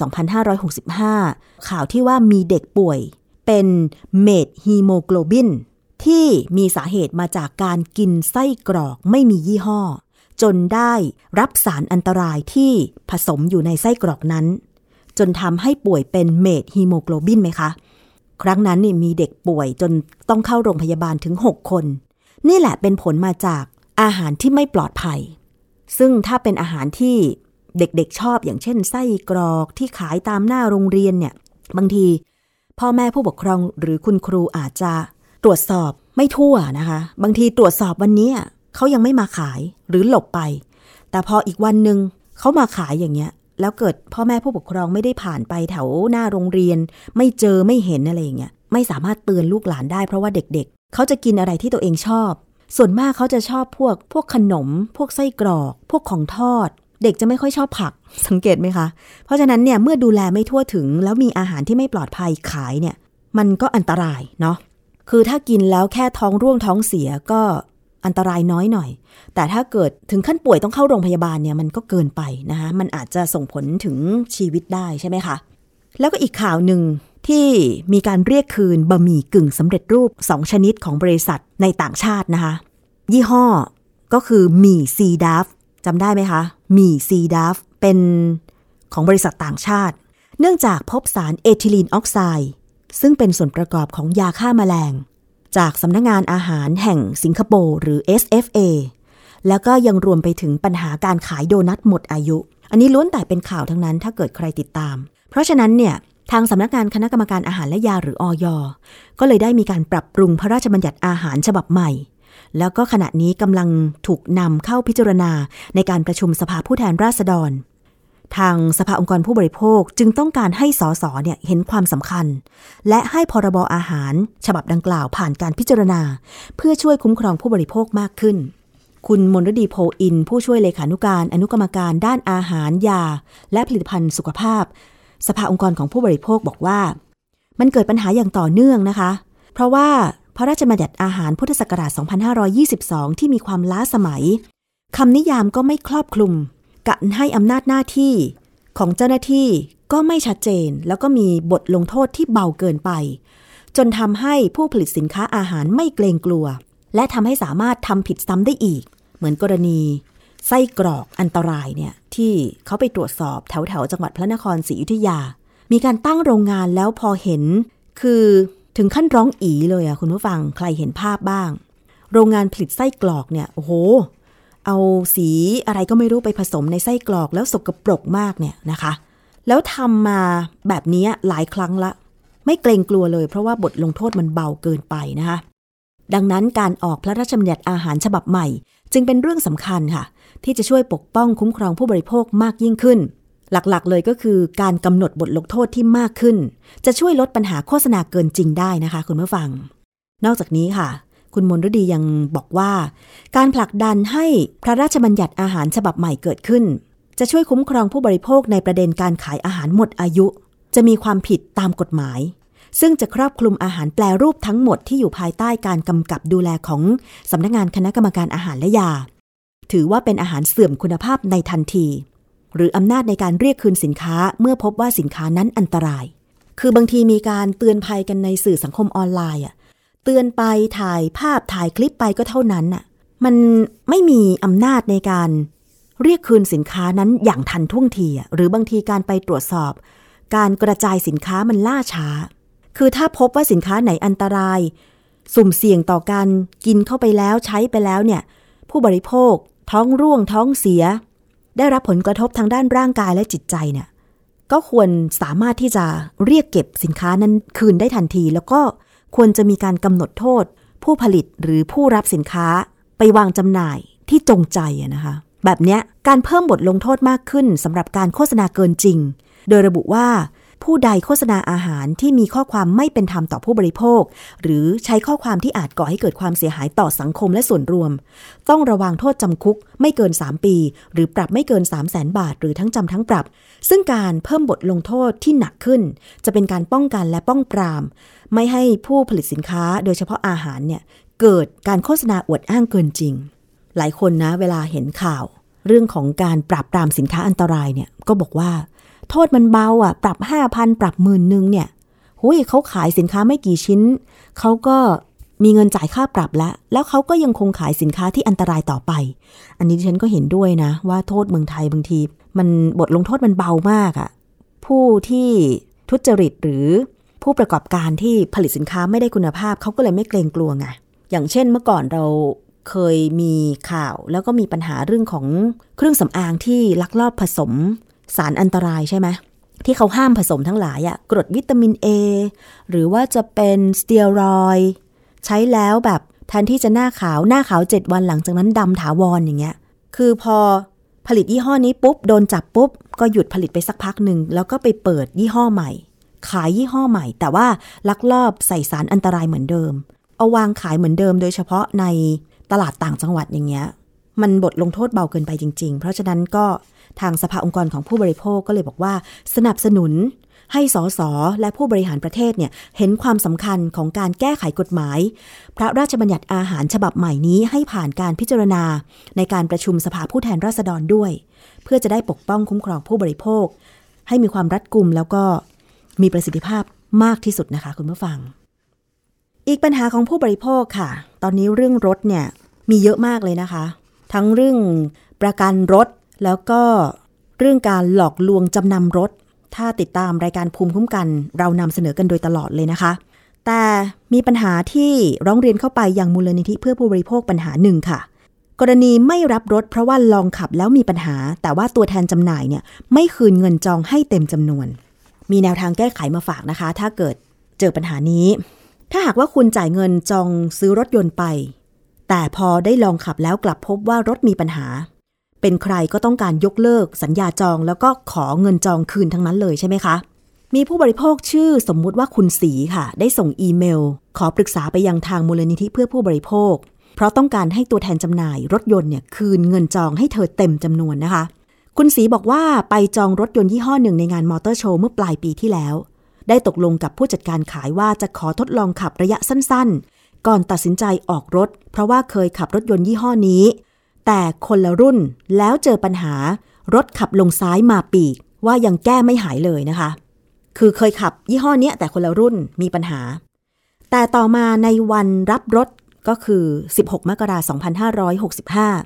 B: 2565ข่าวที่ว่ามีเด็กป่วยเป็นเมทฮีโมโกลบินที่มีสาเหตุมาจากการกินไส้กรอกไม่มียี่ห้อจนได้รับสารอันตรายที่ผสมอยู่ในไส้กรอกนั้นจนทำให้ป่วยเป็นเมทฮีโมโกลบินไหมคะครั้งนั้นนี่มีเด็กป่วยจนต้องเข้าโรงพยาบาลถึง6คนนี่แหละเป็นผลมาจากอาหารที่ไม่ปลอดภัยซึ่งถ้าเป็นอาหารที่เด็กๆชอบอย่างเช่นไส้กรอกที่ขายตามหน้าโรงเรียนเนี่ยบางทีพ่อแม่ผู้ปกครองหรือคุณครูอาจจะตรวจสอบไม่ทั่วนะคะบางทีตรวจสอบวันนี้เขายังไม่มาขายหรือหลบไปแต่พออีกวันนึงเขามาขายอย่างเงี้ยแล้วเกิดพ่อแม่ผู้ปกครองไม่ได้ผ่านไปแถวหน้าโรงเรียนไม่เจอไม่เห็นอะไรอย่างเงี้ยไม่สามารถเตือนลูกหลานได้เพราะว่าเด็กๆเขาจะกินอะไรที่ตัวเองชอบส่วนมากเขาจะชอบพวกขนมพวกไส้กรอกพวกของทอดเด็กจะไม่ค่อยชอบผักสังเกตไหมคะเพราะฉะนั้นเนี่ยเมื่อดูแลไม่ทั่วถึงแล้วมีอาหารที่ไม่ปลอดภัยขายเนี่ยมันก็อันตรายเนาะคือถ้ากินแล้วแค่ท้องร่วงท้องเสียก็อันตรายน้อยหน่อยแต่ถ้าเกิดถึงขั้นป่วยต้องเข้าโรงพยาบาลเนี่ยมันก็เกินไปนะคะมันอาจจะส่งผลถึงชีวิตได้ใช่ไหมคะแล้วก็อีกข่าวหนึ่งที่มีการเรียกคืนบะหมี่กึ่งสำเร็จรูป2ชนิดของบริษัทในต่างชาตินะคะยี่ห้อก็คือหมี่ซีดัฟจำได้ไหมคะหมี่ซีดัฟเป็นของบริษัทต่างชาติเนื่องจากพบสารเอทิลีนออกไซด์ซึ่งเป็นส่วนประกอบของยาฆ่าแมลงจากสำนักงานอาหารแห่งสิงคโปร์หรือ SFA แล้วก็ยังรวมไปถึงปัญหาการขายโดนัทหมดอายุอันนี้ล้วนแต่เป็นข่าวทั้งนั้นถ้าเกิดใครติดตามเพราะฉะนั้นเนี่ยทางสำนักงานคณะกรรมการอาหารและยาหรืออย.ก็เลยได้มีการปรับปรุงพระราชบัญญัติอาหารฉบับใหม่แล้วก็ขณะนี้กำลังถูกนำเข้าพิจารณาในการประชุมสภาผู้แทนราษฎรทางสภาองค์กรผู้บริโภคจึงต้องการให้สสเนี่ยเห็นความสำคัญและให้พรบอาหารฉบับดังกล่าวผ่านการพิจารณาเพื่อช่วยคุ้มครองผู้บริโภคมากขึ้นคุณมนฤดีโพอินผู้ช่วยเลขานุการอนุกรรมการด้านอาหารยาและผลิตภัณฑ์สุขภาพสภาองค์กรของผู้บริโภคบอกว่ามันเกิดปัญหาอย่างต่อเนื่องนะคะเพราะว่าพระราชบัญญัติอาหารพุทธศักราช2522ที่มีความล้าสมัยคำนิยามก็ไม่ครอบคลุมการให้อำนาจหน้าที่ของเจ้าหน้าที่ก็ไม่ชัดเจนแล้วก็มีบทลงโทษที่เบาเกินไปจนทำให้ผู้ผลิตสินค้าอาหารไม่เกรงกลัวและทำให้สามารถทำผิดซ้ำได้อีกเหมือนกรณีไส้กรอกอันตรายเนี่ยที่เขาไปตรวจสอบแถวจังหวัดพระนครศรีอยุธยามีการตั้งโรงงานแล้วพอเห็นคือถึงขั้นร้องอีเลยคุณผู้ฟังใครเห็นภาพบ้างโรงงานผลิตไส้กรอกเนี่ยโอ้โหเอาสีอะไรก็ไม่รู้ไปผสมในไส้กรอกแล้วสกปรกมากเนี่ยนะคะแล้วทำมาแบบนี้หลายครั้งละไม่เกรงกลัวเลยเพราะว่าบทลงโทษมันเบาเกินไปนะคะดังนั้นการออกพระราชบัญญัติอาหารฉบับใหม่จึงเป็นเรื่องสำคัญค่ะที่จะช่วยปกป้องคุ้มครองผู้บริโภคมากยิ่งขึ้นหลักๆเลยก็คือการกำหนดบทลงโทษที่มากขึ้นจะช่วยลดปัญหาโฆษณาเกินจริงได้นะคะคุณผู้ฟังนอกจากนี้ค่ะคุณมนฤดียังบอกว่าการผลักดันให้พระราชบัญญัติอาหารฉบับใหม่เกิดขึ้นจะช่วยคุ้มครองผู้บริโภคในประเด็นการขายอาหารหมดอายุจะมีความผิดตามกฎหมายซึ่งจะครอบคลุมอาหารแปรรูปทั้งหมดที่อยู่ภายใต้การกำกับดูแลของสำนักงานคณะกรรมการอาหารและยาถือว่าเป็นอาหารเสื่อมคุณภาพในทันทีหรืออำนาจในการเรียกคืนสินค้าเมื่อพบว่าสินค้านั้นอันตรายคือบางทีมีการเตือนภัยกันในสื่อสังคมออนไลน์เตือนไปถ่ายภาพถ่ายคลิปไปก็เท่านั้นมันไม่มีอำนาจในการเรียกคืนสินค้านั้นอย่างทันท่วงทีหรือบางทีการไปตรวจสอบการกระจายสินค้ามันล่าช้าคือถ้าพบว่าสินค้าไหนอันตรายสุ่มเสี่ยงต่อการกินเข้าไปแล้วใช้ไปแล้วเนี่ยผู้บริโภคท้องร่วงท้องเสียได้รับผลกระทบทางด้านร่างกายและจิตใจเนี่ยก็ควรสามารถที่จะเรียกเก็บสินค้านั้นคืนได้ทันทีแล้วก็ควรจะมีการกำหนดโทษผู้ผลิตหรือผู้รับสินค้าไปวางจำหน่ายที่จงใจนะคะแบบเนี้ยการเพิ่มบทลงโทษมากขึ้นสำหรับการโฆษณาเกินจริงโดยระบุว่าผู้ใดโฆษณาอาหารที่มีข้อความไม่เป็นธรรมต่อผู้บริโภคหรือใช้ข้อความที่อาจก่อให้เกิดความเสียหายต่อสังคมและส่วนรวมต้องระวางโทษจำคุกไม่เกิน3ปีหรือปรับไม่เกิน 300,000 บาทหรือทั้งจำทั้งปรับซึ่งการเพิ่มบทลงโทษที่หนักขึ้นจะเป็นการป้องกันและป้องปรามไม่ให้ผู้ผลิตสินค้าโดยเฉพาะอาหารเนี่ยเกิดการโฆษณาอวดอ้างเกินจริงหลายคนนะเวลาเห็นข่าวเรื่องของการปราบปรามสินค้าอันตรายเนี่ยก็บอกว่าโทษมันเบาปรับ 5,000 ปรับ 10,000 เนี่ยเขาขายสินค้าไม่กี่ชิ้นเขาก็มีเงินจ่ายค่าปรับแล้วเขาก็ยังคงขายสินค้าที่อันตรายต่อไปอันนี้ดิฉันก็เห็นด้วยนะว่าโทษเมืองไทยบางทีมันบทลงโทษมันเบามากผู้ที่ทุจริตหรือผู้ประกอบการที่ผลิตสินค้าไม่ได้คุณภาพเขาก็เลยไม่เกรงกลัวไงอย่างเช่นเมื่อก่อนเราเคยมีข่าวแล้วก็มีปัญหาเรื่องของเครื่องสำอางที่ลักลอบผสมสารอันตรายใช่ไหมที่เขาห้ามผสมทั้งหลายกรดวิตามิน A หรือว่าจะเป็นสเตียรอยด์ใช้แล้วแบบแทนที่จะหน้าขาว7วันหลังจากนั้นดำถาวรอย่างเงี้ยคือพอผลิตยี่ห้อนี้ปุ๊บโดนจับปุ๊บก็หยุดผลิตไปสักพักหนึ่งแล้วก็ไปเปิดยี่ห้อใหม่ขายยี่ห้อใหม่แต่ว่าลักลอบใส่สารอันตรายเหมือนเดิมเอาวางขายเหมือนเดิมโดยเฉพาะในตลาดต่างจังหวัดอย่างเงี้ยมันบทลงโทษเบาเกินไปจริงๆเพราะฉะนั้นก็ทางสภาองค์กรของผู้บริโภคก็เลยบอกว่าสนับสนุนให้สสและผู้บริหารประเทศเนี่ยเห็นความสำคัญของการแก้ไขกฎหมายพระราชบัญญัติอาหารฉบับใหม่นี้ให้ผ่านการพิจารณาในการประชุมสภาผู้แทนราษฎรด้วยเพื่อจะได้ปกป้องคุ้มครองผู้บริโภคให้มีความรัดกุมแล้วก็มีประสิทธิภาพมากที่สุดนะคะคุณผู้ฟังอีกปัญหาของผู้บริโภคค่ะตอนนี้เรื่องรถเนี่ยมีเยอะมากเลยนะคะทั้งเรื่องประกันรถแล้วก็เรื่องการหลอกลวงจำนำรถถ้าติดตามรายการภูมิคุ้มกันเรานำเสนอกันโดยตลอดเลยนะคะแต่มีปัญหาที่ร้องเรียนเข้าไปยังมูลนิธิเพื่อผู้บริโภคปัญหาหนึ่งค่ะกรณีไม่รับรถเพราะว่าลองขับแล้วมีปัญหาแต่ว่าตัวแทนจำหน่ายเนี่ยไม่คืนเงินจองให้เต็มจำนวนมีแนวทางแก้ไขมาฝากนะคะถ้าเกิดเจอปัญหานี้ถ้าหากว่าคุณจ่ายเงินจองซื้อรถยนต์ไปแต่พอได้ลองขับแล้วกลับพบว่ารถมีปัญหาเป็นใครก็ต้องการยกเลิกสัญญาจองแล้วก็ขอเงินจองคืนทั้งนั้นเลยใช่ไหมคะมีผู้บริโภคชื่อสมมุติว่าคุณศรีค่ะได้ส่งอีเมลขอปรึกษาไปยังทางมูลนิธิเพื่อผู้บริโภคเพราะต้องการให้ตัวแทนจำหน่ายรถยนต์เนี่ยคืนเงินจองให้เธอเต็มจำนวนนะคะคุณศรีบอกว่าไปจองรถยนต์ยี่ห้อหนึ่งในงานมอเตอร์โชว์เมื่อปลายปีที่แล้วได้ตกลงกับผู้จัดการขายว่าจะขอทดลองขับระยะสั้นๆก่อนตัดสินใจออกรถเพราะว่าเคยขับรถยนต์ยี่ห้อนี้แต่คนละรุ่นแล้วเจอปัญหารถขับลงซ้ายมาปีกว่ายังแก้ไม่หายเลยนะคะคือเคยขับยี่ห้อนี้แต่คนละรุ่นมีปัญหาแต่ต่อมาในวันรับรถก็คือ16 มกราคม 2565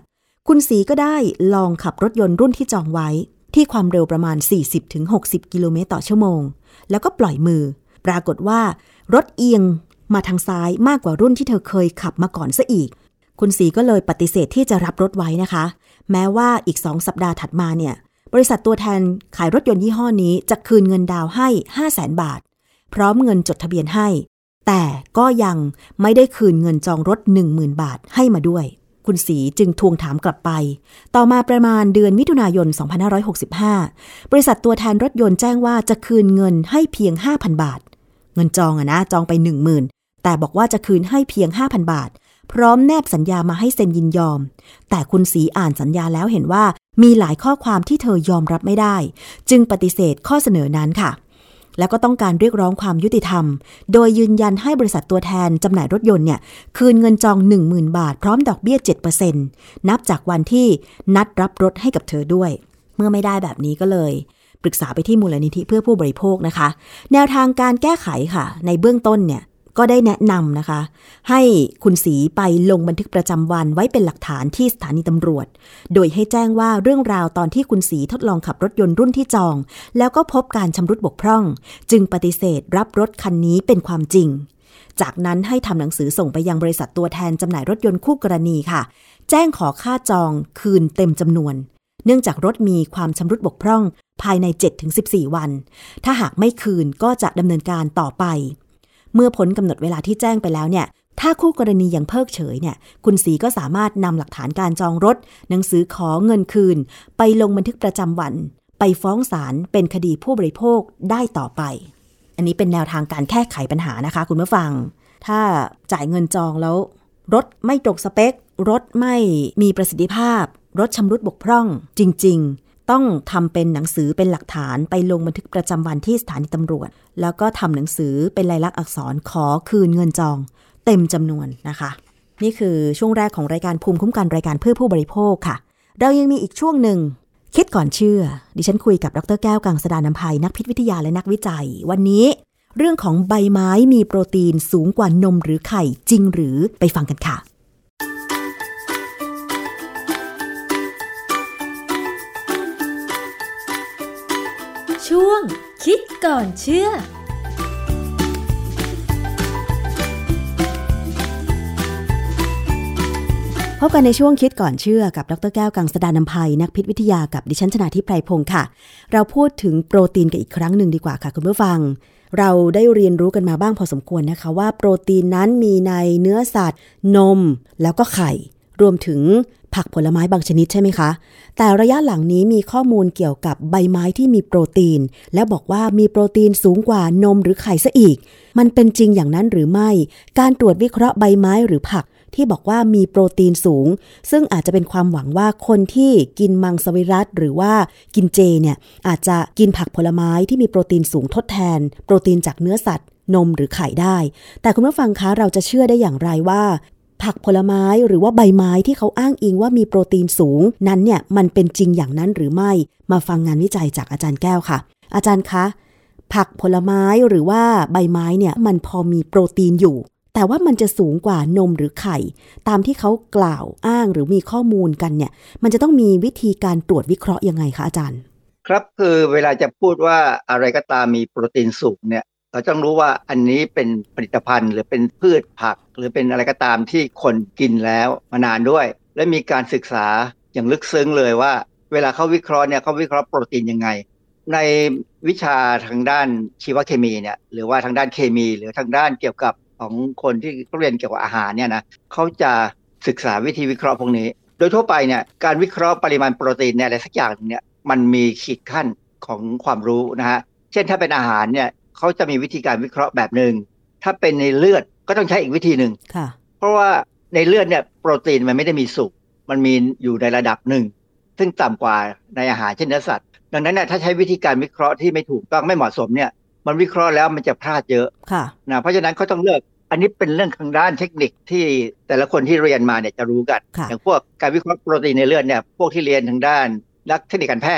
B: คุณศรีก็ได้ลองขับรถยนต์รุ่นที่จองไว้ที่ความเร็วประมาณ 40-60 กิโลเมตรต่อชั่วโมงแล้วก็ปล่อยมือปรากฏว่ารถเอียงมาทางซ้ายมากกว่ารุ่นที่เธอเคยขับมาก่อนซะอีกคุณศรีก็เลยปฏิเสธที่จะรับรถไว้นะคะแม้ว่าอีก2 สัปดาห์ถัดมาเนี่ยบริษัทตัวแทนขายรถยนต์ยี่ห้อนี้จะคืนเงินดาวน์ให้ 500,000 บาทพร้อมเงินจดทะเบียนให้แต่ก็ยังไม่ได้คืนเงินจองรถ 10,000 บาทให้มาด้วยคุณศรีจึงทวงถามกลับไปต่อมาประมาณเดือนมิถุนายน 2565 บริษัทตัวแทนรถยนต์แจ้งว่าจะคืนเงินให้เพียง 5,000 บาทเงินจองจองไป 10,000 แต่บอกว่าจะคืนให้เพียง 5,000 บาทพร้อมแนบสัญญามาให้เซ็นยินยอมแต่คุณศรีอ่านสัญญาแล้วเห็นว่ามีหลายข้อความที่เธอยอมรับไม่ได้จึงปฏิเสธข้อเสนอนั้นค่ะแล้วก็ต้องการเรียกร้องความยุติธรรมโดยยืนยันให้บริษัทตัวแทนจำหน่ายรถยนต์เนี่ยคืนเงินจอง 10,000 บาทพร้อมดอกเบี้ย 7% นับจากวันที่นัดรับรถให้กับเธอด้วยเมื่อไม่ได้แบบนี้ก็เลยปรึกษาไปที่มูลนิธิเพื่อผู้บริโภคนะคะแนวทางการแก้ไขค่ะในเบื้องต้นเนี่ยก็ได้แนะนำนะคะให้คุณศรีไปลงบันทึกประจำวันไว้เป็นหลักฐานที่สถานีตำรวจโดยให้แจ้งว่าเรื่องราวตอนที่คุณศรีทดลองขับรถยนต์รุ่นที่จองแล้วก็พบการชำรุดบกพร่องจึงปฏิเสธรับรถคันนี้เป็นความจริงจากนั้นให้ทำหนังสือส่งไปยังบริษัทตัวแทนจำหน่ายรถยนต์คู่กรณีค่ะแจ้งขอค่าจองคืนเต็มจำนวนเนื่องจากรถมีความชำรุดบกพร่องภายใน 7-14 วันถ้าหากไม่คืนก็จะดำเนินการต่อไปเมื่อพ้นกำหนดเวลาที่แจ้งไปแล้วเนี่ยถ้าคู่กรณียังเพิกเฉยเนี่ยคุณศรีก็สามารถนำหลักฐานการจองรถหนังสือขอเงินคืนไปลงบันทึกประจำวันไปฟ้องศาลเป็นคดีผู้บริโภคได้ต่อไปอันนี้เป็นแนวทางการแก้ไขปัญหานะคะคุณผู้ฟังถ้าจ่ายเงินจองแล้วรถไม่ตรงสเปครถไม่มีประสิทธิภาพรถชำรุดบกพร่องจริงๆต้องทำเป็นหนังสือเป็นหลักฐานไปลงบันทึกประจำวันที่สถานีตำรวจแล้วก็ทำหนังสือเป็นลายลักษณ์อักษรขอคืนเงินจองเต็มจำนวนนะคะนี่คือช่วงแรกของรายการภูมิคุ้มกันรายการเพื่อผู้บริโภคค่ะเรายังมีอีกช่วงหนึ่งคิดก่อนเชื่อดิฉันคุยกับดร.แก้วกังสดาลอำไพนักพิษวิทยาและนักวิจัยวันนี้เรื่องของใบไม้มีโปรตีนสูงกว่านมหรือไข่จริงหรือไปฟังกันค่ะ
E: ช่วงคิดก่อนเชื่อ
B: พบกันในช่วงคิดก่อนเชื่อกับดร.แก้วกังสดาลอำไพนักพิษวิทยากับดิฉันชนาธิป ไพรพงศ์ค่ะเราพูดถึงโปรตีนกันอีกครั้งหนึ่งดีกว่าค่ะคุณผู้ฟังเราได้เรียนรู้กันมาบ้างพอสมควรนะคะว่าโปรตีนนั้นมีในเนื้อสัตว์นมแล้วก็ไข่รวมถึงผักผลไม้บางชนิดใช่ไหมคะแต่ระยะหลังนี้มีข้อมูลเกี่ยวกับใบไม้ที่มีโปรตีนและบอกว่ามีโปรตีนสูงกว่านมหรือไข่ซะอีกมันเป็นจริงอย่างนั้นหรือไม่การตรวจวิเคราะห์ใบไม้หรือผักที่บอกว่ามีโปรตีนสูงซึ่งอาจจะเป็นความหวังว่าคนที่กินมังสวิรัติหรือว่ากินเจเนี่ยอาจจะกินผักผลไม้ที่มีโปรตีนสูงทดแทนโปรตีนจากเนื้อสัตว์นมหรือไข่ได้แต่คุณผู้ฟังคะเราจะเชื่อได้อย่างไรว่าผักผลไม้หรือว่าใบไม้ที่เขาอ้างอิงว่ามีโปรตีนสูงนั้นเนี่ยมันเป็นจริงอย่างนั้นหรือไม่มาฟังงานวิจัยจากอาจารย์แก้วค่ะอาจารย์คะผักผลไม้หรือว่าใบไม้เนี่ยมันพอมีโปรตีนอยู่แต่ว่ามันจะสูงกว่านมหรือไข่ตามที่เขากล่าวอ้างหรือมีข้อมูลกันเนี่ยมันจะต้องมีวิธีการตรวจวิเคราะห์ยังไงคะอาจารย์
F: ครับคือเวลาจะพูดว่าอะไรก็ตามมีโปรตีนสูงเนี่ยเราต้องรู้ว่าอันนี้เป็นผลิตภัณฑ์หรือเป็นพืชผักหรือเป็นอะไรก็ตามที่คนกินแล้วมานานด้วยและมีการศึกษาอย่างลึกซึ้งเลยว่าเวลาเขาวิเคราะห์เนี่ยเขาวิเคราะห์โปรตีนยังไงในวิชาทางด้านชีวเคมีเนี่ยหรือว่าทางด้านเคมีหรือทางด้านเกี่ยวกับของคนที่เรียนเกี่ยวกับอาหารเนี่ยนะเขาจะศึกษาวิธีวิเคราะห์พวกนี้โดยทั่วไปเนี่ยการวิเคราะห์ปริมาณโปรตีนเนี่ยอะไรสักอย่างเนี่ยมันมีขีดขั้นของความรู้นะฮะเช่นถ้าเป็นอาหารเนี่ยเขาจะมีวิธีการวิเคราะห์แบบนึงถ้าเป็นในเลือดก็ต้องใช้อีกวิธีนึงเพราะว่าในเลือดเนี่ยโปรตีนมันไม่ได้มีสูงมันมีอยู่ในระดับหนึ่งซึ่งต่ำกว่าในอาหารเช่นเนื้อสัตว์ดังนั้นเนี่ยถ้าใช้วิธีการวิเคราะห์ที่ไม่ถูกต้องไม่เหมาะสมเนี่ยมันวิเคราะห์แล้วมันจะพลาดเยอะนะเพราะฉะนั้นเขาต้องเลือกอันนี้เป็นเรื่องทางด้านเทคนิคที่แต่ละคนที่เรียนมาเนี่ยจะรู้กันอย่างพวกการวิเคราะห์โปรตีนในเลือดเนี่ยพวกที่เรียนทางด้านนักเทคนิคการแพทย์เนี่ย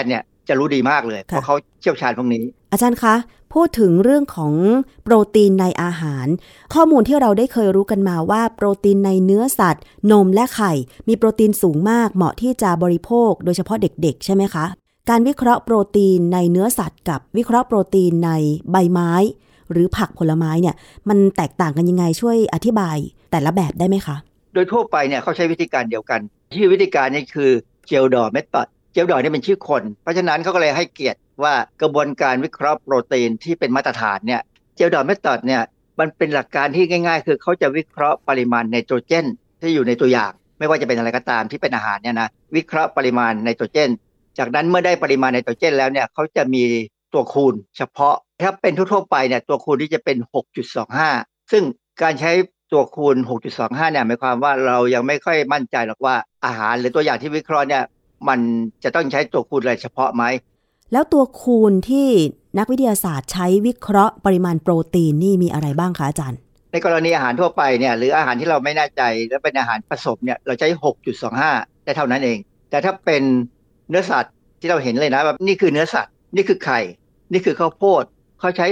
F: จะรู้ดีมากเลยเพราะเขาเชี่ยวชาญพวกนี้
B: อาจารย์คะพูดถึงเรื่องของโปรตีนในอาหารข้อมูลที่เราได้เคยรู้กันมาว่าโปรตีนในเนื้อสัตว์นมและไข่มีโปรตีนสูงมากเหมาะที่จะบริโภคโดยเฉพาะเด็กๆใช่ไหมคะการวิเคราะห์โปรตีนในเนื้อสัตว์กับวิเคราะห์โปรตีนในใบไม้หรือผักผลไม้เนี่ยมันแตกต่างกันยังไงช่วยอธิบายแต่ละแบบได้ไหมคะ
F: โดยทั่วไปเนี่ยเขาใช้วิธีการเดียวกันชื่อวิธีการนี้คือเจลดอร์เมธอดเจลดอร์นี่เป็นชื่อคนเพราะฉะนั้นเขาก็เลยให้เกียรติว่ากระบวนการวิเคราะห์โปรตีนที่เป็นมาตรฐานเนี่ยเจลดอร์เมธอดเนี่ยมันเป็นหลักการที่ง่ายๆคือเขาจะวิเคราะห์ปริมาณไนโตรเจนที่อยู่ในตัวอย่างไม่ว่าจะเป็นอะไรก็ตามที่เป็นอาหารเนี่ยนะวิเคราะห์ปริมาณไนโตรเจนจากนั้นเมื่อได้ปริมาณไนโตรเจนแล้วเนี่ยเขาจะมีตัวคูณเฉพาะถ้าเป็นทั่วๆไปเนี่ยตัวคูณที่จะเป็น 6.25 ซึ่งการใช้ตัวคูณ 6.25 เนี่ยหมายความว่าเรายังไม่ค่อยมั่นใจหรอกว่าอาหารหรือตัวอย่างที่วิเคราะห์เนี่ยมันจะต้องใช้ตัวคูณอะไรเฉพาะไหม
B: แล้วตัวคูณที่นักวิทยาศาสตร์ใช้วิเคราะห์ปริมาณโปรตีนนี่มีอะไรบ้างคะอาจารย์
F: ในกรณีอาหารทั่วไปเนี่ยหรืออาหารที่เราไม่แน่ใจและเป็นอาหารผสมเนี่ยเราใช้ 6.25 ได้เท่านั้นเองแต่ถ้าเป็นเนื้อสัตว์ที่เราเห็นเลยนะแบบนี่คือเนื้อสัตว์นี่คือไข่นี่คือข้าวโพดเขาใช้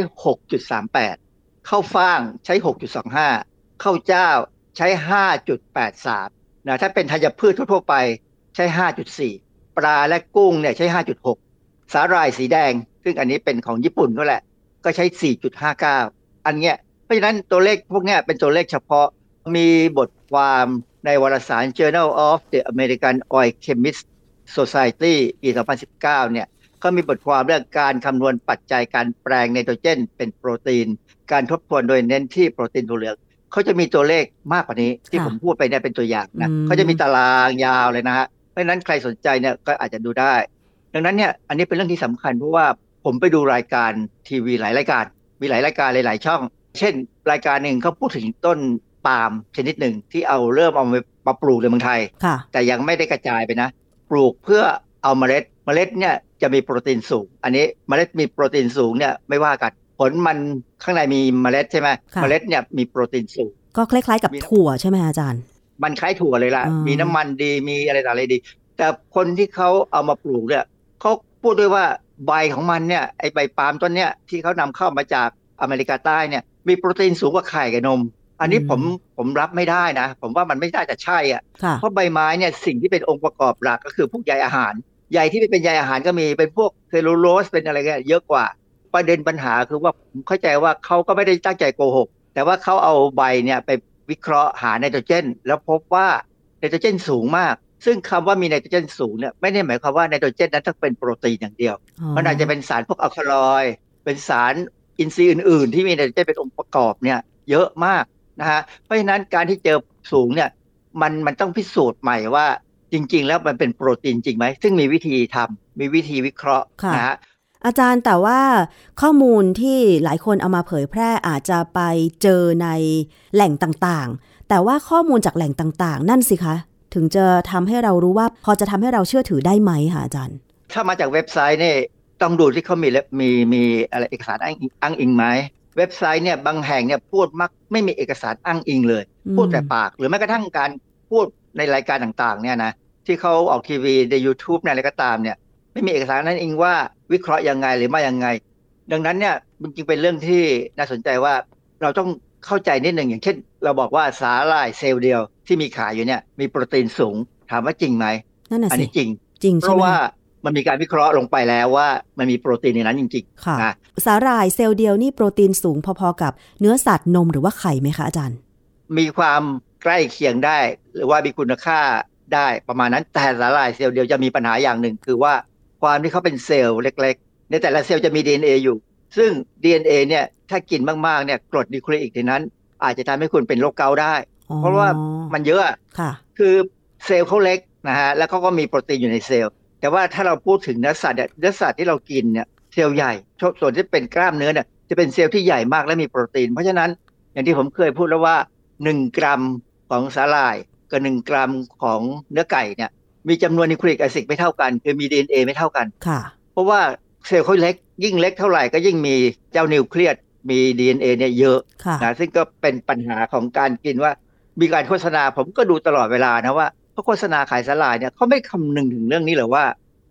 F: 6.38 ข้าวฟ่างใช้ 6.25 ข้าวเจ้าใช้ 5.83 นะถ้าเป็นธัญพืชทั่วไปใช้ 5.4 ปลาและกุ้งเนี่ยใช้ 5.6 สาหร่ายสีแดงซึ่งอันนี้เป็นของญี่ปุ่นก็แหละก็ใช้ 4.59 อันเนี้ยเพราะฉะนั้นตัวเลขพวกนี้เป็นตัวเลขเฉพาะมีบทความในวารสาร Journal of the American Oil Chemists Society ปี 2019 เนี่ยเขามีบทความเรื่องการคำนวณปัจจัยการแปลงไนโตรเจนเป็นโปรตีนการทบทวนโดยเน้นที่โปรตีนถั่วเหลืองเขาจะมีตัวเลขมากกว่านี้ที่ผมพูดไปเนี่ยเป็นตัวอย่างนะเขาจะมีตารางยาวเลยนะฮะเพราะฉะนั้นใครสนใจเนี่ยก็อาจจะดูได้ดังนั้นเนี่ยอันนี้เป็นเรื่องที่สำคัญเพราะว่าผมไปดูรายการทีวีหลายรายการมีหลายรายการหลายช่องเช่นรายการหนึ่งเขาพูดถึงต้นปาล์มชนิดหนึ่งที่เริ่มเอามาปลูกในเมืองไทยแต่ยังไม่ได้กระจายไปนะปลูกเพื่อเอาเมล็ดเนี่ยจะมีโปรตีนสูงอันนี้เมล็ดมีโปรตีนสูงเนี่ยไม่ว่ากันผลมันข้างในมีเมล็ดใช่ไหมเมล็ดเนี่ยมีโปรตีนสูง
B: ก็คล้ายๆกับถั่วใช่ไหมอาจารย์
F: มันคล้ายถั่วเลยล่ะมีน้ำมันดีมีอะไรต่ออะไรดีแต่คนที่เขาเอามาปลูกเนี่ยเขาพูดด้วยว่าใบของมันเนี่ยไอใบปาล์มต้นเนี่ยที่เขานำเข้ามาจากอเมริกาใต้เนี่ยมีโปรตีนสูงกว่าไข่กับนมอันนี้ผมรับไม่ได้นะผมว่ามันไม่ได้แต่ใช่อ่ะเพราะใบไม้เนี่ยสิ่งที่เป็นองค์ประกอบหลักก็คือพวกใยอาหารใยที่เป็นใยอาหารก็มีเป็นพวกเซลลูโลสเป็นอะไรเยอะกว่าประเด็นปัญหาคือว่าผมเข้าใจว่าเขาก็ไม่ได้ตั้งใจโกหกแต่ว่าเขาเอาใบเนี่ยไปวิเคราะห์หาไนโตรเจนแล้วพบว่าไนโตรเจนสูงมากซึ่งคำว่ามีไนโตรเจนสูงเนี่ยไม่ได้หมายความว่าไนโตรเจนนั้นต้องเป็นโปรตีนอย่างเดียวมันอาจจะเป็นสารพวกอัลคาลอยด์เป็นสารอินทรีย์อื่นๆที่มีไนโตรเจนเป็นองค์ประกอบเนี่ยเยอะมากนะฮะเพราะฉะนั้นการที่เจอสูงเนี่ยมันต้องพิสูจน์ใหม่ว่าจริงๆแล้วมันเป็นโปรตีนจริงไหมซึ่งมีวิธีทำมีวิธีวิเคราะห์นะฮะ
B: อาจารย์แต่ว่าข้อมูลที่หลายคนเอามาเผยแพร่อาจจะไปเจอในแหล่งต่างๆแต่ว่าข้อมูลจากแหล่งต่างๆนั่นสิคะถึงจะทำให้เรารู้ว่าพอจะทำให้เราเชื่อถือได้ไหมคะอาจารย์
F: ถ้ามาจากเว็บไซต์เนี่ยต้องดูที่เขามีอะไรเอกสารอ้างอิงไหมเว็บไซต์เนี่ยบางแห่งเนี่ยพูดมักไม่มีเอกสารอ้างอิงเลยพูดแต่ปากหรือแม้กระทั่งการพูดในรายการต่างๆเนี่ยนะที่เขาออกทีวีใน YouTube ในอะไรก็ตามเนี่ยไม่มีเอกสารนั้นเองว่าวิเคราะห์ยังไงหรือไม่ยังไงดังนั้นเนี่ยจริงๆเป็นเรื่องที่น่าสนใจว่าเราต้องเข้าใจนิดหนึ่งอย่างเช่นเราบอกว่าสาหร่ายเซลล์เดียวที่มีขายอยู่เนี่ยมีโปรตีนสูงถามว่าจริงไหมอันนี้จริงเพราะว่ามันมีการวิเคราะห์ลงไปแล้วว่ามันมีโปรตีนในนั้นจริงๆ
B: ค่ะสาหร่ายเซลล์เดียวนี่โปรตีนสูงพอๆกับเนื้อสัตว์นมหรือว่าไข่ไหมคะอาจารย์
F: มีความใกล้เคียงได้หรือว่ามีคุณค่าได้ประมาณนั้นแต่สาหร่ายเซลล์เดียวจะมีปัญหาอย่างหนึ่งคือว่าความที่เขาเป็นเซลล์เล็กๆในแต่ละเซลล์จะมี DNA อยู่ซึ่ง DNA เนี่ยถ้ากินมากๆเนี่ยกรดนิวคลีอิกในนั้นอาจจะทำให้คุณเป็นโรคเกาต์ได้เพราะว่ามันเยอะคือเซลล์เขาเล็กนะฮะแล้วเขาก็มีโปรตีนอยู่ในเซลล์แต่ว่าถ้าเราพูดถึงเนื้อสัตว์ที่เรากินเนี่ยเซลล์ใหญ่ส่วนที่เป็นกล้ามเนื้อเนี่ยจะเป็นเซลล์ที่ใหญ่มากและมีโปรตีนเพราะฉะนั้นอย่างที่ผมเคยพูดแล้วว่า1 กรัมของสาหร่ายกับ1 กรัมของเนื้อไก่เนี่ยมีจำนวนนิวคลีอิกแอซิดไม่เท่ากันคือมี DNA ไม่เท่ากันเพราะว่าเซลล์เขาเล็กยิ่งเล็กเท่าไหร่ก็ยิ่งมีเจ้านิวเคลียสมี DNA เนี่ยเยอะนะซึ่งก็เป็นปัญหาของการกินว่ามีการโฆษณาผมก็ดูตลอดเวลานะว่าเขาโฆษณาขายสาหร่ายเนี่ยเขาไม่คำนึงถึงเรื่องนี้หรือว่า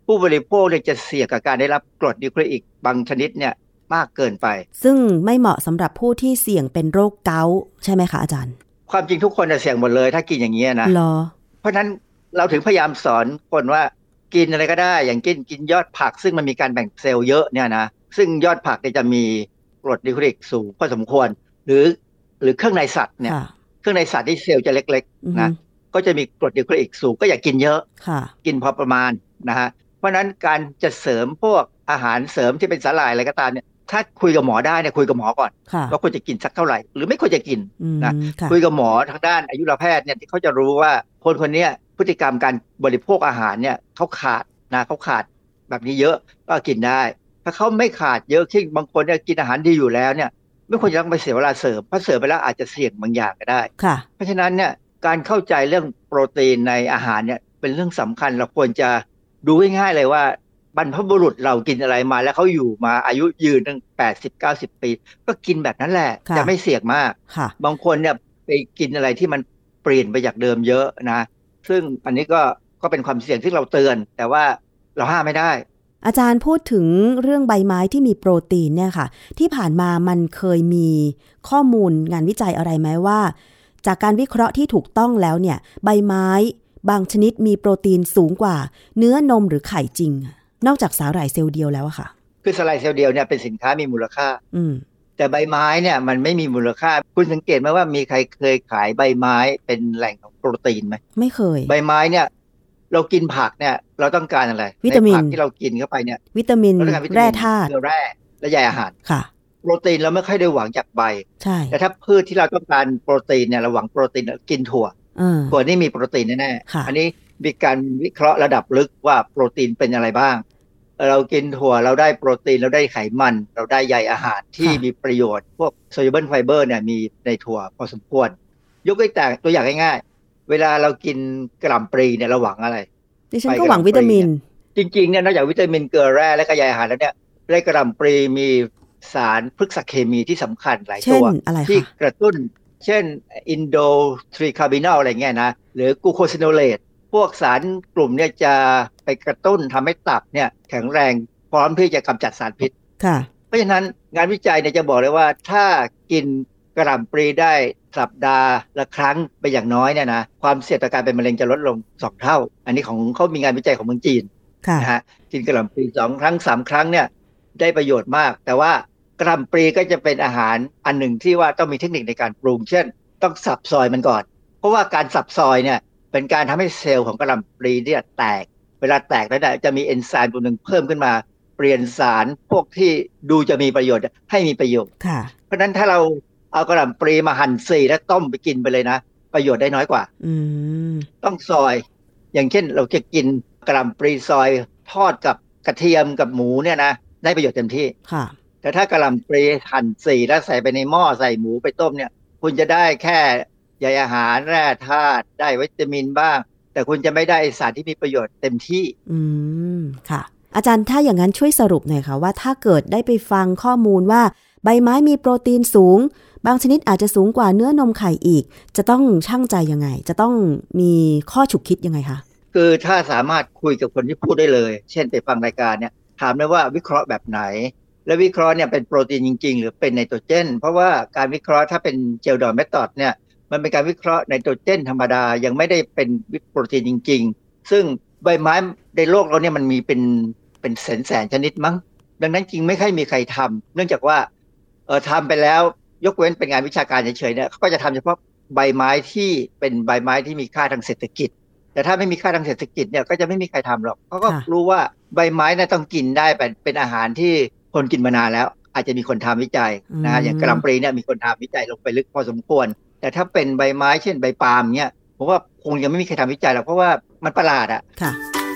F: ผู้บริโภคเนี่ยจะเสี่ยงกับการได้รับกรดนิวคลีอิกบางชนิดเนี่ยมากเกินไป
B: ซึ่งไม่เหมาะสำหรับผู้ที่เสี่ยงเป็นโรคเกาต์ใช่ไหมคะอาจารย์
F: ความจริงทุกคนจะเสี่ยงหมดเลยถ้ากินอย่างนี้นะเพราะฉะนั้นเราถึงพยายามสอนคนว่ากินอะไรก็ได้อย่างกินยอดผักซึ่งมันมีการแบ่งเซลล์เยอะเนี่ยนะซึ่งยอดผักเนี่ยจะมีกรดนิวคลีอิกสูงพอสมควรหรือเครื่องในสัตว์เนี่ยเครื่องในสัตว์ที่เซลล์จะเล็กๆนะก็จะมีกรดนิวคลีอิกสูงก็อย่ากินเยอะกินพอประมาณนะฮะเพราะนั้นการจะเสริมพวกอาหารเสริมที่เป็นสาหร่ายอะไรก็ตามเนี่ยถ้าคุยกับหมอได้เนี่ยคุยกับหมอก่อนว่าควรจะกินสักเท่าไหร่หรือไม่ควรจะกินนะคุยกับหมอทางด้านอายุรแพทย์เนี่ยที่เขาจะรู้ว่าคนนี้พฤติกรรมการบริโภคอาหารเนี่ยเขาขาดแบบนี้เยอะก็กินได้ถ้าเขาไม่ขาดเยอะที่บางคนเนี่ยกินอาหารดีอยู่แล้วเนี่ยไม่ควรจะต้องไปเสียเวลาเสริมเพราะเสริมไปแล้วอาจจะเสี่ยงบางอย่างก็ได้เพราะฉะนั้นเนี่ยการเข้าใจเรื่องโปรตีนในอาหารเนี่ยเป็นเรื่องสำคัญเราควรจะดูง่ายๆเลยว่าบรรพบุรุษเรากินอะไรมาแล้วเขาอยู่มาอายุยืนตั้ง80-90 ปีก็กินแบบนั้นแหละจะไม่เสี่ยงมากบางคนเนี่ยไปกินอะไรที่มันเปลี่ยนไปจากเดิมเยอะนะซึ่งอันนี้ก็เป็นความเสี่ยงที่เราเตือนแต่ว่าเราห้ามไม่ได้
B: อาจารย์พูดถึงเรื่องใบไม้ที่มีโปรตีนเนี่ยค่ะที่ผ่านมามันเคยมีข้อมูลงานวิจัยอะไรไหมว่าจากการวิเคราะห์ที่ถูกต้องแล้วเนี่ยใบไม้บางชนิดมีโปรตีนสูงกว่าเนื้อนมหรือไข่จริงนอกจากสาหร่ายเซลล์เดียวแล้วอะค่ะ
F: คือสาหร่ายเซลล์เดียวเนี่ยเป็นสินค้ามีมูลค่าแต่ใบไม้เนี่ยมันไม่มีมูลค่าคุณสังเกตไหมว่ามีใครเคยขายใบไม้เป็นแหล่งของโปรตีนไหม
B: ไม่เคย
F: ใบไม้เนี่ยเรากินผักเนี่ยเราต้องการอะไร
B: วิตามิน
F: ผักที่เรากินเข้าไปเนี่ย
B: วิตามินแร่ธาตุ
F: แร่และใยอาหาร
B: ค่ะ
F: โปรตีนเราไม่ค่อยได้หวังจากใบ
B: ใช่
F: แต่ถ้าพืชที่เราต้องการโปรตีนเนี่ยเราหวังโปรตีนกินถั่วนี่มีโปรตีนแน่ๆอันนี้มีการวิเคราะห์ระดับลึกว่าโปรตีนเป็นอะไรบ้างเรากินถั่วเราได้โปรตีนเราได้ไขมันเราได้ใยอาหารที่มีประโยชน์พวก soluble fiber เนี่ยมีในถั่วพอสมควรยกตัวอย่างง่ายๆเวลาเรากินกะหล่ำปลีเนี่ยเราหวังอะไร
B: ดิฉันก็หวังวิตามิน
F: จริงๆเนี่ยนอกจากวิตามินเกลือแร่และก็ใยอาหารแล้วเนี่ยในกะหล่ำปลีมีสารพฤกษเคมีที่สำคัญหลายตัวที่กระตุ้นเช่นอินโดทรีคาร์บินอลอะไรเงี้ยนะหรือกูโคซิโนเลตพวกสารกลุ่มเนี่ยจะไปกระตุ้นทำให้ตับเนี่ยแข็งแรงพร้อมที่จะกำจัดสารพิษเพราะฉะนั้นงานวิจัยเนี่ยจะบอกเลยว่าถ้ากินกะหล่ำปลีได้สัปดาห์ละครั้งไปอย่างน้อยเนี่ยนะความเสี่ยงต่อการเป็นมะเร็งจะลดลง2 เท่าอันนี้ของเขามีงานวิจัยของเมืองจีนนะฮะกินกะหล่ำปลี2 ครั้ง 3 ครั้งเนี่ยได้ประโยชน์มากแต่ว่ากะหล่ำปลีก็จะเป็นอาหารอันหนึ่งที่ว่าต้องมีเทคนิคในการปรุงเช่นต้องสับซอยมันก่อนเพราะว่าการสับซอยเนี่ยเป็นการทำให้เซลล์ของกะหล่ำปลีเนี่ยแตกเวลาแตกแล้วจะมีเอนไซม์ตัวหนึ่งเพิ่มขึ้นมาเปลี่ยนสารพวกที่ดูจะมีประโยชน์ให้มีประโยชน์เพราะฉะนั้นถ้าเราเอากะหล่ำปลีมาหั่น4แล้วต้มไปกินไปเลยนะประโยชน์ได้น้อยกว่าต้องซอยอย่างเช่นเราจะกินกะหล่ำปลีซอยทอดกับกระเทียมกับหมูเนี่ยนะได้ประโยชน์เต็มที่แต่ถ้ากะหล่ำปลีหั่น4แล้วใส่ไปในหม้อใส่หมูไปต้มเนี่ยคุณจะได้แค่ใยอาหารแร่ธาตุได้วิตามินบ้างแต่คุณจะไม่ได้สารที่มีประโยชน์เต็มที่
B: ค่ะอาจารย์ถ้าอย่างนั้นช่วยสรุปหน่อยค่ะว่าถ้าเกิดได้ไปฟังข้อมูลว่าใบไม้มีโปรตีนสูงบางชนิดอาจจะสูงกว่าเนื้อนมไข่อีกจะต้องชั่งใจยังไงจะต้องมีข้อฉุกคิดยังไงคะ
F: คือถ้าสามารถคุยกับคนที่พูดได้เลยเช่นไปฟังรายการเนี่ยถามได้ว่าวิเคราะห์แบบไหนและวิเคราะห์เนี่ยเป็นโปรตีนจริงๆหรือเป็นไนโตรเจนเพราะว่าการวิเคราะห์ถ้าเป็นเจลดอทเมธอดเนี่ยมันเป็นการวิเคราะห์ไนโตรเจนธรรมดายังไม่ได้เป็นโปรตีนจริงๆซึ่งใบไม้ในโลกเราเนี่ยมันมีเป็นแสนชนิดมั้งดังนั้นจริงไม่ค่อยมีใครทำเนื่องจากว่าทำไปแล้วยกเว้นเป็นงานวิชาการเฉยๆเนี่ยเขาก็จะทำเฉพาะใบไม้ที่เป็นใบไม้ที่มีค่าทางเศรษฐกิจแต่ถ้าไม่มีค่าทางเศรษฐกิจเนี่ยก็จะไม่มีใครทำหรอกเขาก็รู้ว่าใบไม้เนี่ยต้องกินได้เป็นอาหารที่คนกินมานานแล้วอาจจะมีคนทำวิจัยนะอย่างกะหล่ำปลีเนี่ยมีคนทำวิจัยลงไปลึกพอสมควรแต่ถ้าเป็นใบไม้เช่นใบปาล์มเนี่ยผมว่าคงยังไม่มีใครทำวิจัยหรอกเพราะว่ามันประหลาดอ่ะ
B: ค่ะ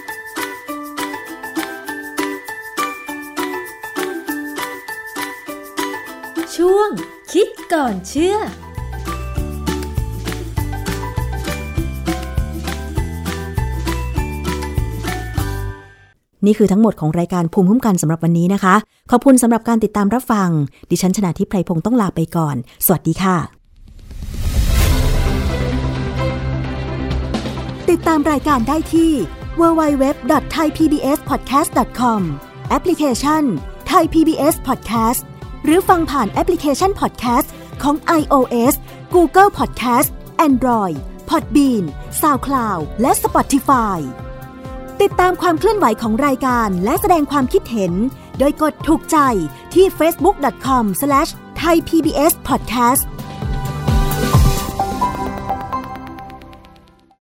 E: ช่วงคิดก่อนเชื่อ
B: นี่คือทั้งหมดของรายการภูมิคุ้มกันสำหรับวันนี้นะคะขอบคุณสำหรับการติดตามรับฟังดิฉันชนาธิป ไพรพงศ์ต้องลาไปก่อนสวัสดีค่ะ
G: ติดตามรายการได้ที่
B: www.thaipbspodcast.com แอปพลิเคชัน Thai PBS Podcast หรือฟังผ่านแอปพลิเคชัน Podcast ของ iOS Google Podcast Android Podbean SoundCloud และ Spotify ติดตามความเคลื่อนไหวของรายการและแสดงความคิดเห็นโดยกดถูกใจที่ facebook.com/thaipbspodcast